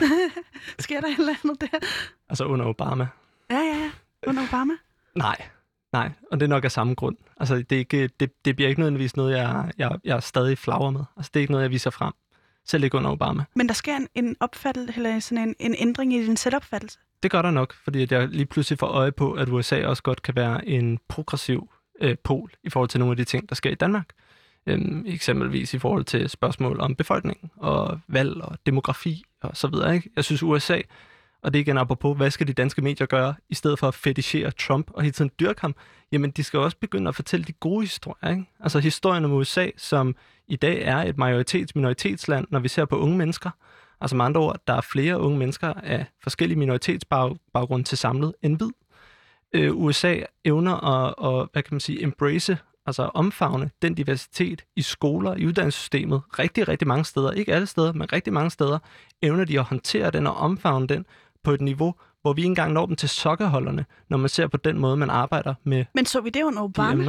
sker der et eller andet der? Altså under Obama? Ja, ja, ja. Under Obama? Nej, nej. Og det er nok af samme grund. Altså det, er ikke, det, det bliver ikke nødvendigvis noget, jeg, jeg, jeg stadig flagrer med. Altså det er ikke noget, jeg viser frem. Selv ikke under Obama. Men der sker en, en opfattelse, eller sådan en, en ændring i din selvopfattelse? Det gør der nok, fordi at jeg lige pludselig får øje på, at U S A også godt kan være en progressiv øh, pol i forhold til nogle af de ting, der sker i Danmark. Øhm, eksempelvis i forhold til spørgsmål om befolkning og valg og demografi og så videre. Ikke? Jeg synes U S A, og det er igen apropos, hvad skal de danske medier gøre, i stedet for at fetichere Trump og hele tiden dyrke ham, jamen de skal også begynde at fortælle de gode historier. Ikke? Altså historien om U S A, som i dag er et majoritets-minoritetsland, når vi ser på unge mennesker. Altså med andre ord, der er flere unge mennesker af forskellige minoritetsbaggrunde til samlet end hvid. Øh, U S A evner at, at, hvad kan man sige, embrace, altså omfavne den diversitet i skoler, i uddannelsessystemet, rigtig, rigtig mange steder, ikke alle steder, men rigtig mange steder, evner de at håndtere den og omfavne den på et niveau, hvor vi ikke engang når dem til sokkeholderne, når man ser på den måde, man arbejder med. Men så vi det under Obama? De emner.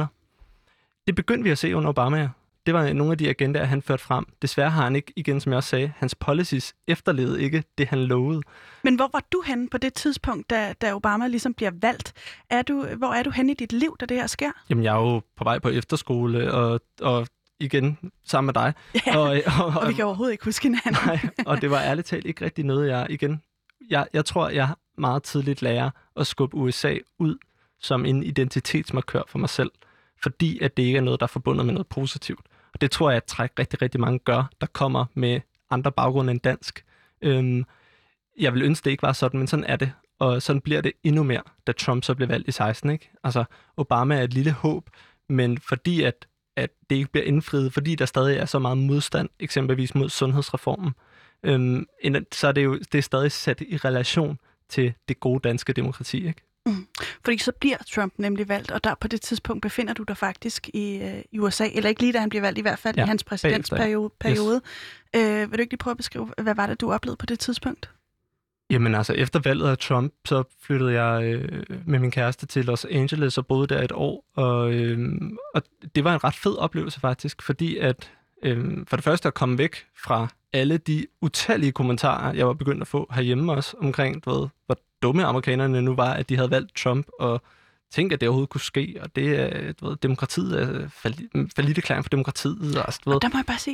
Det begyndte vi at se under Obama, ja. Det var nogle af de agendaer, han førte frem. Desværre har han ikke, igen som jeg også sagde, hans policies efterlevede ikke det, han lovede. Men hvor var du henne på det tidspunkt, da, da Obama ligesom bliver valgt? Er du, hvor er du henne i dit liv, da det her sker? Jamen, jeg er jo på vej på efterskole, og, og igen sammen med dig. Ja, og, og, og, og vi kan overhovedet ikke huske hinanden. Nej, og det var ærligt talt ikke rigtig noget, jeg igen... Jeg, jeg tror, jeg meget tidligt lærer at skubbe U S A ud som en identitetsmarkør for mig selv, fordi at det ikke er noget, der er forbundet med noget positivt. Og det tror jeg, at træk rigtig, rigtig mange gør, der kommer med andre baggrunde end dansk. Øhm, jeg vil ønske, det ikke var sådan, men sådan er det. Og sådan bliver det endnu mere, da Trump så blev valgt i seksten. Ikke? Altså, Obama er et lille håb, men fordi at, at det ikke bliver indfriet, fordi der stadig er så meget modstand, eksempelvis mod sundhedsreformen, øhm, så er det jo det er stadig sat i relation til det gode danske demokrati, ikke? Mm. Fordi så bliver Trump nemlig valgt, og der på det tidspunkt befinder du dig faktisk i, øh, i U S A, eller ikke lige da han bliver valgt, i hvert fald ja, i hans præsidentsperiode. Yes. Øh, vil du ikke lige prøve at beskrive, hvad var det, du oplevede på det tidspunkt? Jamen altså, efter valget af Trump, så flyttede jeg øh, med min kæreste til Los Angeles og boede der et år, og, øh, og det var en ret fed oplevelse faktisk, fordi at øh, for det første at komme væk fra alle de utallige kommentarer, jeg var begyndt at få herhjemme også, omkring, du ved, hvor dumme amerikanerne nu var, at de havde valgt Trump, og tænkte, at det overhovedet kunne ske, og det er, du ved, demokratiet er falliterklæring for demokratiet. Og, du ved. Og der må jeg bare sige,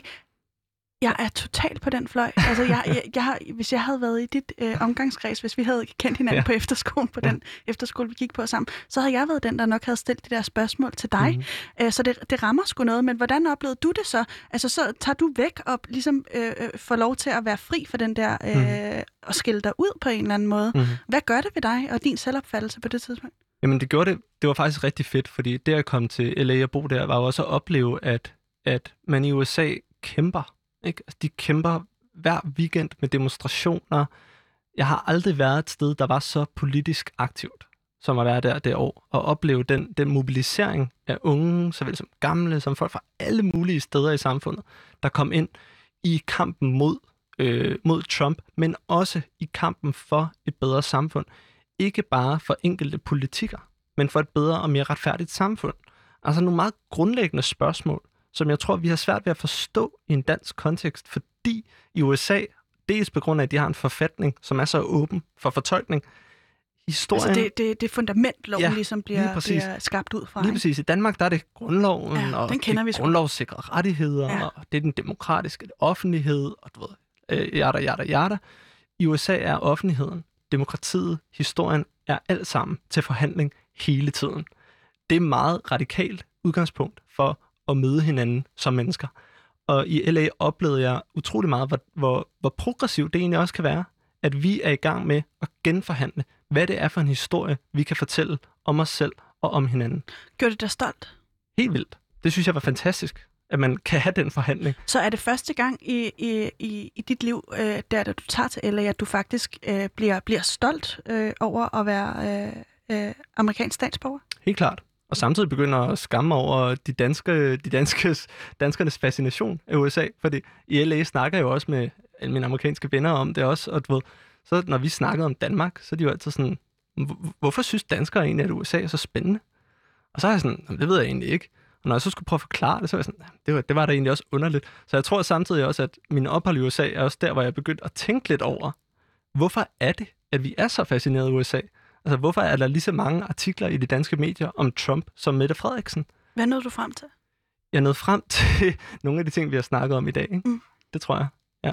jeg er totalt på den fløj. Altså, jeg, jeg, jeg har, hvis jeg havde været i dit øh, omgangskreds, hvis vi havde kendt hinanden ja. på efterskolen, på ja. den efterskole, vi gik på sammen, så havde jeg været den, der nok havde stillet de der spørgsmål til dig. Mm-hmm. Æ, så det, det rammer sgu noget, men hvordan oplevede du det så? Altså, så tager du væk og ligesom øh, får lov til at være fri for den der, øh, mm-hmm. og skille dig ud på en eller anden måde. Mm-hmm. Hvad gør det ved dig og din selvopfattelse på det tidspunkt? Jamen, det gjorde det. Det var faktisk rigtig fedt, fordi det at komme til L A og bo der, var jo også at opleve, at, at man i U S A kæmper. Ikke? Altså, de kæmper hver weekend med demonstrationer. Jeg har aldrig været et sted, der var så politisk aktivt, som at være der det år, og opleve den, den mobilisering af unge, såvel som gamle, som folk fra alle mulige steder i samfundet, der kom ind i kampen mod, øh, mod Trump, men også i kampen for et bedre samfund. Ikke bare for enkelte politikere, men for et bedre og mere retfærdigt samfund. Altså nogle meget grundlæggende spørgsmål, som jeg tror, vi har svært ved at forstå i en dansk kontekst, fordi i U S A, dels på grund af, at de har en forfatning, som er så åben for fortolkning, historien... Altså det, det, det fundament, loven ja, ligesom bliver, bliver skabt ud fra. Lige præcis. I Danmark, der er det grundloven, ja, og de grundlovssikrede rettigheder, ja. og det er den demokratiske offentlighed, og du ved, øh, jada, jada, jada. I U S A er offentligheden, demokratiet, historien, er alt sammen til forhandling hele tiden. Det er meget radikalt udgangspunkt for at møde hinanden som mennesker. Og i L A oplevede jeg utrolig meget, hvor, hvor, hvor progressivt det egentlig også kan være, at vi er i gang med at genforhandle, hvad det er for en historie, vi kan fortælle om os selv og om hinanden. Gjorde det dig stolt? Helt vildt. Det synes jeg var fantastisk, at man kan have den forhandling. Så er det første gang i, i, i, i dit liv, øh, der da du tager til L A, at du faktisk øh, bliver, bliver stolt øh, over at være øh, øh, amerikansk statsborger? Helt klart. Og samtidig begynder at skamme over de, danske, de danskes, danskernes fascination af U S A. Fordi i L A snakker jeg jo også med mine amerikanske venner om det også. Og du ved, så når vi snakkede om Danmark, så er de jo altid sådan, hvorfor synes danskere egentlig, at U S A er så spændende? Og så er jeg sådan, det ved jeg egentlig ikke. Og når jeg så skulle prøve at forklare det, så var jeg sådan, det var, det var da egentlig også underligt. Så jeg tror samtidig også, at min ophold i U S A er også der, hvor jeg begyndte at tænke lidt over, hvorfor er det, at vi er så fascineret af U S A? Altså, hvorfor er der lige så mange artikler i de danske medier om Trump som Mette Frederiksen? Hvad nåede du frem til? Jeg nåede frem til nogle af de ting, vi har snakket om i dag. Ikke? Mm. Det tror jeg, ja.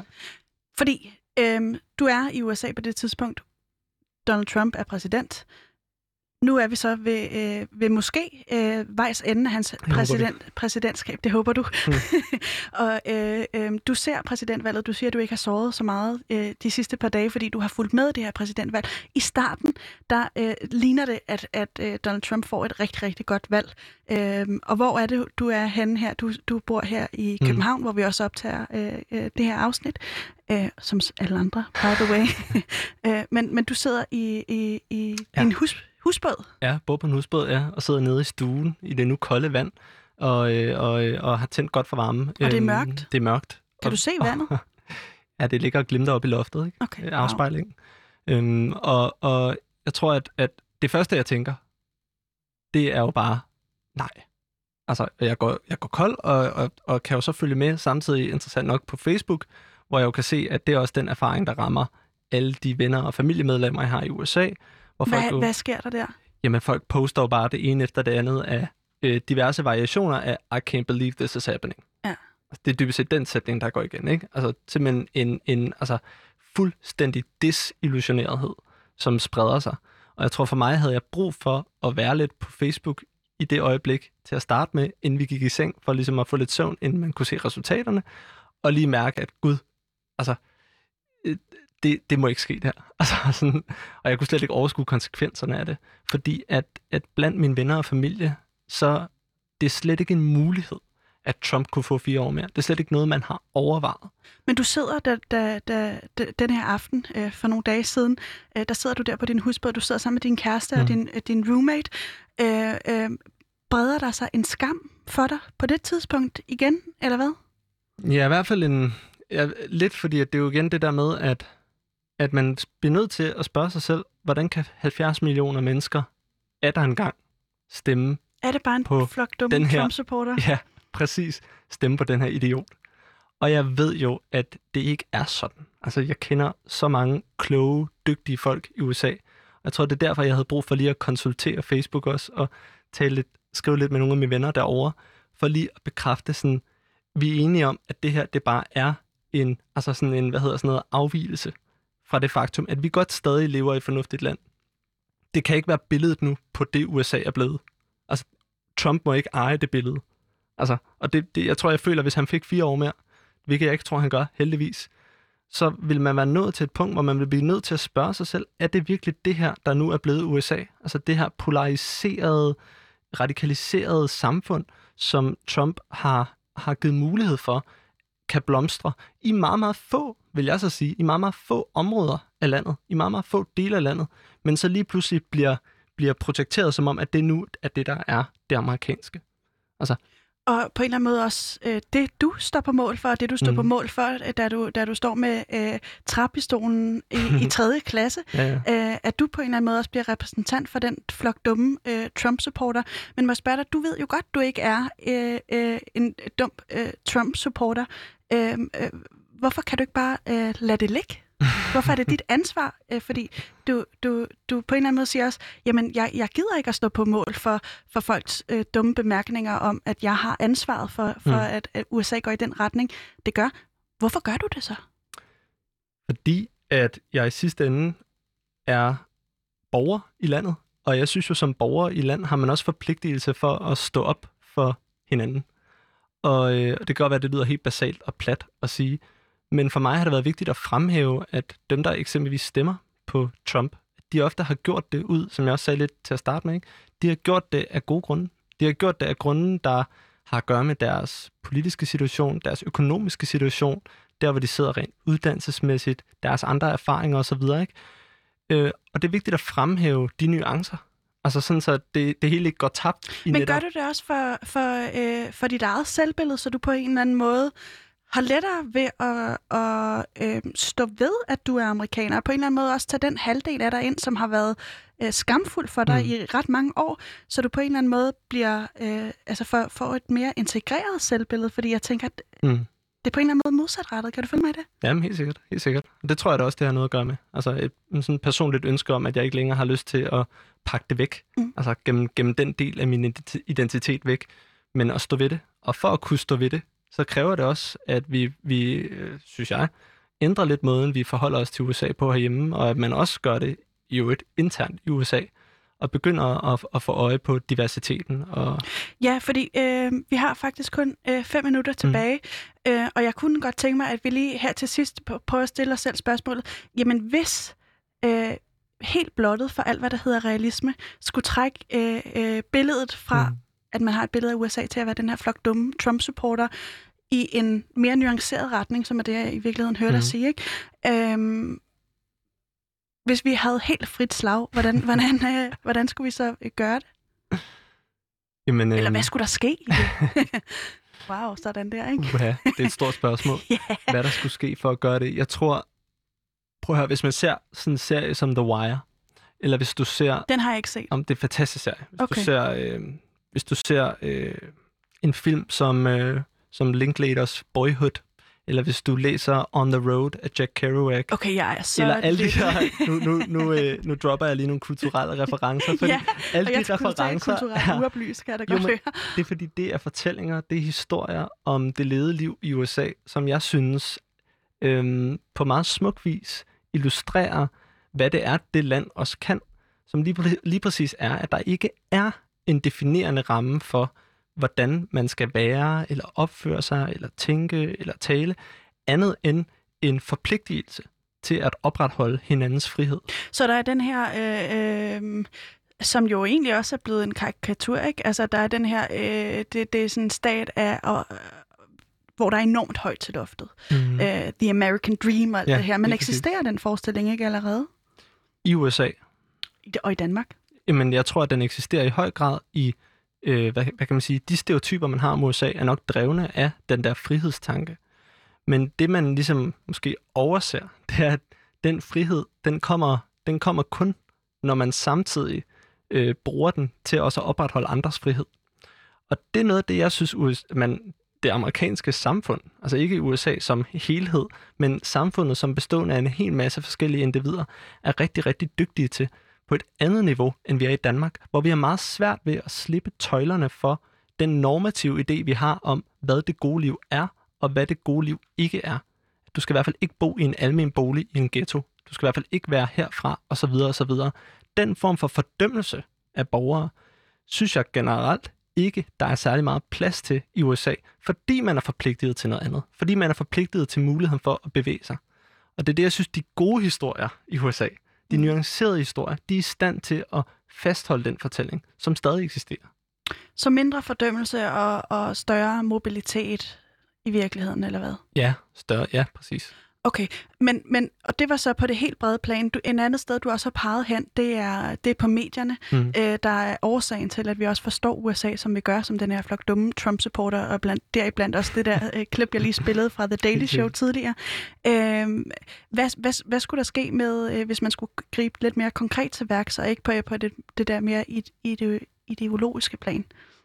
Fordi øhm, du er i U S A på det tidspunkt. Donald Trump er præsident. nu er vi så ved, øh, ved måske øh, vejs ende af hans præsident, præsidentskab. Det håber du. Mm. og øh, øh, du ser præsidentvalget. Du siger, at du ikke har sovet så meget øh, de sidste par dage, fordi du har fulgt med det her præsidentvalg. I starten, der øh, ligner det, at, at øh, Donald Trump får et rigtig, rigtig godt valg. Øh, og hvor er det, du er henne her? Du, du bor her i København, mm. hvor vi også optager øh, øh, det her afsnit. Øh, som alle andre, by the way. øh, men, men du sidder i, i, i ja. din hus, husbåd. Ja, bor på en husbåd, ja, og sidder nede i stuen i det nu kolde vand, og, øh, og, øh, og har tændt godt for varme. Og det er mørkt? Det er mørkt. Kan og, du se vandet? Og, ja, det ligger og glimter op i loftet, ikke? Okay, wow. Afspejling. Øhm, og, og jeg tror, at, at det første, jeg tænker, det er jo bare, nej. Altså, jeg går, jeg går kold, og, og, og kan jo så følge med samtidig interessant nok på Facebook, hvor jeg jo kan se, at det er også den erfaring, der rammer alle de venner og familiemedlemmer, jeg har i U S A. Hvor hvad, folk jo, hvad sker der der? Jamen, folk poster jo bare det ene efter det andet af øh, diverse variationer af I can't believe this is happening. Ja. Altså, det er dybest set den sætning, der går igen, ikke? Altså, simpelthen en, en altså, fuldstændig desillusionerethed, som spreder sig. Og jeg tror, for mig havde jeg brug for at være lidt på Facebook i det øjeblik til at starte med, inden vi gik i seng, for ligesom at få lidt søvn, inden man kunne se resultaterne, og lige mærke, at gud, altså, det, det må ikke ske der. Altså, sådan, og jeg kunne slet ikke overskue konsekvenserne af det, fordi at, at blandt mine venner og familie, så det er slet ikke en mulighed, at Trump kunne få fire år mere. Det er slet ikke noget, man har overvejet. Men du sidder da, da, da, da, den her aften øh, for nogle dage siden, øh, der sidder du der på din husbåd, du sidder sammen med din kæreste mm. og din, øh, din roommate. Øh, øh, breder der sig en skam for dig på det tidspunkt igen, eller hvad? Ja, i hvert fald en, ja, lidt, fordi at det er jo igen det der med, at, at man bliver nødt til at spørge sig selv, hvordan kan halvfjerds millioner mennesker er der engang stemme Er det bare en på flok dumme Trump-supporter? Ja, præcis. Stemme på den her idiot. Og jeg ved jo, at det ikke er sådan. Altså, jeg kender så mange kloge, dygtige folk i U S A. Og jeg tror, det er derfor, jeg havde brug for lige at konsultere Facebook også, og tale lidt, skrive lidt med nogle af mine venner derovre, for lige at bekræfte sådan, vi er enige om, at det her, det bare er en, altså sådan en, hvad hedder sådan noget, afvigelse fra det faktum, at vi godt stadig lever i et fornuftigt land. Det kan ikke være billedet nu på det, U S A er blevet. Altså, Trump må ikke eje det billede. Altså, og det, det, jeg tror, jeg føler, hvis han fik fire år mere, hvilket jeg ikke tror, han gør, heldigvis, så vil man være nået til et punkt, hvor man vil blive nødt til at spørge sig selv, er det virkelig det her, der nu er blevet U S A? Altså det her polariserede, radikaliserede samfund, som Trump har, har givet mulighed for, kan blomstre i meget, meget få, vil jeg så sige, i meget, meget få områder af landet, i meget, meget få dele af landet, men så lige pludselig bliver, bliver projekteret som om, at det nu er det, der er det amerikanske. Altså, og på en eller anden måde også øh, det, du står på mål for, det du står mm. på mål for, da du, da du står med øh, træpistolen i, i tredje klasse, ja, ja. Øh, at du på en eller anden måde også bliver repræsentant for den flok dumme øh, Trump-supporter. Men må jeg spørge dig, du ved jo godt, du ikke er øh, øh, en dum øh, Trump-supporter. Øh, øh, hvorfor kan du ikke bare øh, lade det ligge? Hvorfor er det dit ansvar? Øh, fordi du, du, du på en eller anden måde siger også, jamen jeg, jeg gider ikke at stå på mål for, for folks øh, dumme bemærkninger om, at jeg har ansvaret for, for mm. at, at U S A går i den retning, det gør. Hvorfor gør du det så? Fordi at jeg i sidste ende er borger i landet, og jeg synes jo som borger i land har man også forpligtelse for at stå op for hinanden. Og øh, det kan godt være, at det lyder helt basalt og plat at sige, men for mig har det været vigtigt at fremhæve, at dem, der eksempelvis stemmer på Trump, de ofte har gjort det ud, som jeg også sagde lidt til at starte med, ikke? De har gjort det af gode grunde. De har gjort det af grunde, der har at gøre med deres politiske situation, deres økonomiske situation, der hvor de sidder rent uddannelsesmæssigt, deres andre erfaringer osv. Ikke? Øh, og det er vigtigt at fremhæve de nuancer. Altså sådan, så det, det hele ikke går tabt i Men netop. gør du det også for, for, øh, for dit eget selvbillede, så du på en eller anden måde har lettere ved at, at øh, stå ved, at du er amerikaner, og på en eller anden måde også tage den halvdel af dig ind, som har været øh, skamfuld for dig mm. i ret mange år, så du på en eller anden måde bliver, øh, altså for, for et mere integreret selvbillede, fordi jeg tænker, at mm. det er på en eller anden måde modsatrettet. Kan du følge mig i det? Jamen, helt sikkert. Helt sikkert. Det tror jeg da også, det har noget at gøre med. Altså et sådan personligt ønske om, at jeg ikke længere har lyst til at pakke det væk. Mm. Altså gennem, gennem den del af min identitet væk, men at stå ved det. Og for at kunne stå ved det, så kræver det også, at vi, vi øh, synes jeg, ændrer lidt måden, vi forholder os til U S A på herhjemme, og at man også gør det jo et internt i U S A. og begynder at, at få øje på diversiteten. Og... Ja, fordi øh, vi har faktisk kun øh, fem minutter tilbage, mm. øh, og jeg kunne godt tænke mig, at vi lige her til sidst prøver at stille os selv spørgsmålet. Jamen hvis øh, helt blottet for alt, hvad der hedder realisme, skulle trække øh, øh, billedet fra, mm. at man har et billede af U S A til at være den her flok dumme Trump-supporter, i en mere nuanceret retning, som er det, jeg i virkeligheden hørte mm. dig sige, ikke? Øhm, hvis vi havde helt frit slag, hvordan, hvordan, øh, hvordan skulle vi så øh, gøre det? Jamen, øh... Eller hvad skulle der ske? Wow, sådan der, ikke? Ja, det er et stort spørgsmål. Yeah. Hvad der skulle ske for at gøre det. Jeg tror, prøv at høre, hvis man ser sådan en serie som The Wire, eller hvis du ser... Den har jeg ikke set. Om det er en fantastisk serie. Hvis okay. du ser, øh, hvis du ser øh, en film som... Øh, som Linklaters Boyhood, eller hvis du læser On the Road af Jack Kerouac. Okay, jeg er så eller alle de her, nu, nu, nu, øh, nu dropper jeg lige nogle kulturelle referencer, fordi ja, alle og de referencer er... uoplyst, kan jeg da godt høre. Det er fordi, det er fortællinger, det er historier om det levede liv i U S A, som jeg synes øhm, på meget smuk vis illustrerer, hvad det er, det land også kan, som lige, lige præcis er, at der ikke er en definerende ramme for, hvordan man skal være, eller opføre sig, eller tænke, eller tale, andet end en forpligtelse til at opretholde hinandens frihed. Så der er den her, øh, øh, som jo egentlig også er blevet en karikatur, ikke? Altså, der er den her, øh, det, det er sådan en stat af, og, hvor der er enormt højt til loftet. Mm-hmm. Uh, the American Dream og alt ja, det her. Men eksisterer det. Den forestilling ikke allerede? I U S A. Og i Danmark? Jamen, jeg tror, at den eksisterer i høj grad i Øh, hvad, hvad kan man sige, de stereotyper, man har om U S A, er nok drevne af den der frihedstanke. Men det, man ligesom måske overser, det er, at den frihed, den kommer, den kommer kun, når man samtidig øh, bruger den til også at opretholde andres frihed. Og det er noget af det, jeg synes, man, det amerikanske samfund, altså ikke U S A som helhed, men samfundet som bestående af en hel masse forskellige individer, er rigtig, rigtig dygtige til på et andet niveau, end vi er i Danmark, hvor vi har meget svært ved at slippe tøjlerne for den normative idé, vi har om, hvad det gode liv er, og hvad det gode liv ikke er. Du skal i hvert fald ikke bo i en almen bolig i en ghetto. Du skal i hvert fald ikke være herfra, og så videre, og så videre. Den form for fordømmelse af borgere, synes jeg generelt ikke, der er særlig meget plads til i U S A, fordi man er forpligtet til noget andet. Fordi man er forpligtet til muligheden for at bevæge sig. Og det er det, jeg synes, de gode historier i U S A, de nuancerede historier, de er i stand til at fastholde den fortælling, som stadig eksisterer. Så mindre fordømmelse og, og større mobilitet i virkeligheden, eller hvad? Ja, større, ja, præcis. Okay, men, men og det var så på det helt brede plan. Du, en andet sted, du også har peget hen, det er, det er på medierne, mm. øh, der er årsagen til, at vi også forstår U S A, som vi gør, som den her flok dumme Trump-supporter, og blandt, deriblandt også det der øh, klip, jeg lige spillede fra The Daily Show tidligere. Øh, hvad, hvad, hvad skulle der ske med, øh, hvis man skulle gribe lidt mere konkret til værks, og ikke på, på det, det der mere ide, ideologiske plan?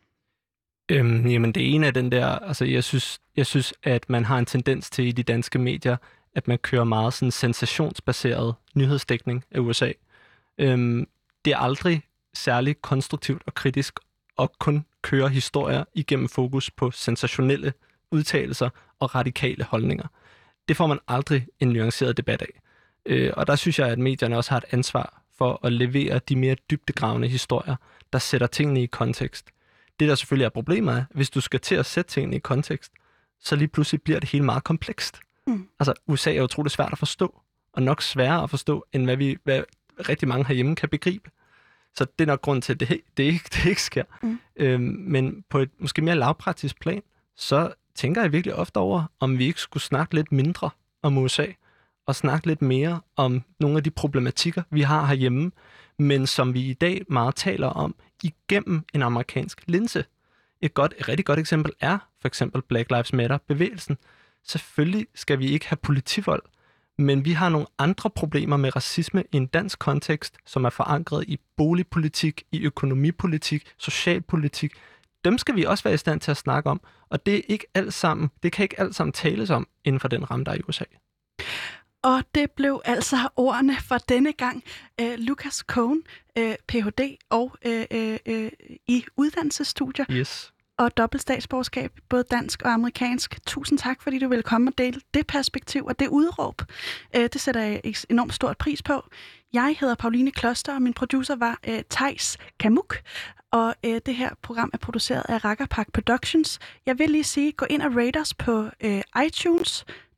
Øhm, jamen det ene er den der, altså jeg synes, jeg synes, at man har en tendens til i de danske medier, at man kører meget sådan sensationsbaseret nyhedsdækning af U S A. Øhm, det er aldrig særlig konstruktivt og kritisk at kun køre historier igennem fokus på sensationelle udtalelser og radikale holdninger. Det får man aldrig en nuanceret debat af. Øh, og der synes jeg, at medierne også har et ansvar for at levere de mere dybdegravende historier, der sætter tingene i kontekst. Det, der selvfølgelig er problemet, er, hvis du skal til at sætte tingene i kontekst, så lige pludselig bliver det hele meget komplekst. Mm. Altså, U S A er utroligt svært at forstå, og nok sværere at forstå, end hvad, vi, hvad rigtig mange herhjemme kan begribe. Så det er nok grund til, at det, det, ikke, det ikke sker. Mm. Øhm, men på et måske mere lavpraktisk plan, så tænker jeg virkelig ofte over, om vi ikke skulle snakke lidt mindre om U S A, og snakke lidt mere om nogle af de problematikker, vi har herhjemme, men som vi i dag meget taler om igennem en amerikansk linse. Et, godt, et rigtig godt eksempel er for eksempel Black Lives Matter-bevægelsen. Selvfølgelig skal vi ikke have politivold, men vi har nogle andre problemer med racisme i en dansk kontekst, som er forankret i boligpolitik, i økonomipolitik, socialpolitik. Dem skal vi også være i stand til at snakke om, og det, er ikke alt sammen, det kan ikke alt sammen tales om inden for den ramme, der er i U S A. Og det blev altså ordene for denne gang. Uh, Lucas Cohn, uh, P H D og uh, uh, uh, i uddannelsesstudier. Yes. og dobbelt statsborgerskab, både dansk og amerikansk. Tusind tak, fordi du ville komme og dele det perspektiv og det udråb. Øh, det sætter jeg enormt stort pris på. Jeg hedder Pauline Kloster, og min producer var øh, Thijs Kamuk. Og øh, det her program er produceret af Rakkerpak Productions. Jeg vil lige sige, gå ind og rate os på øh, iTunes.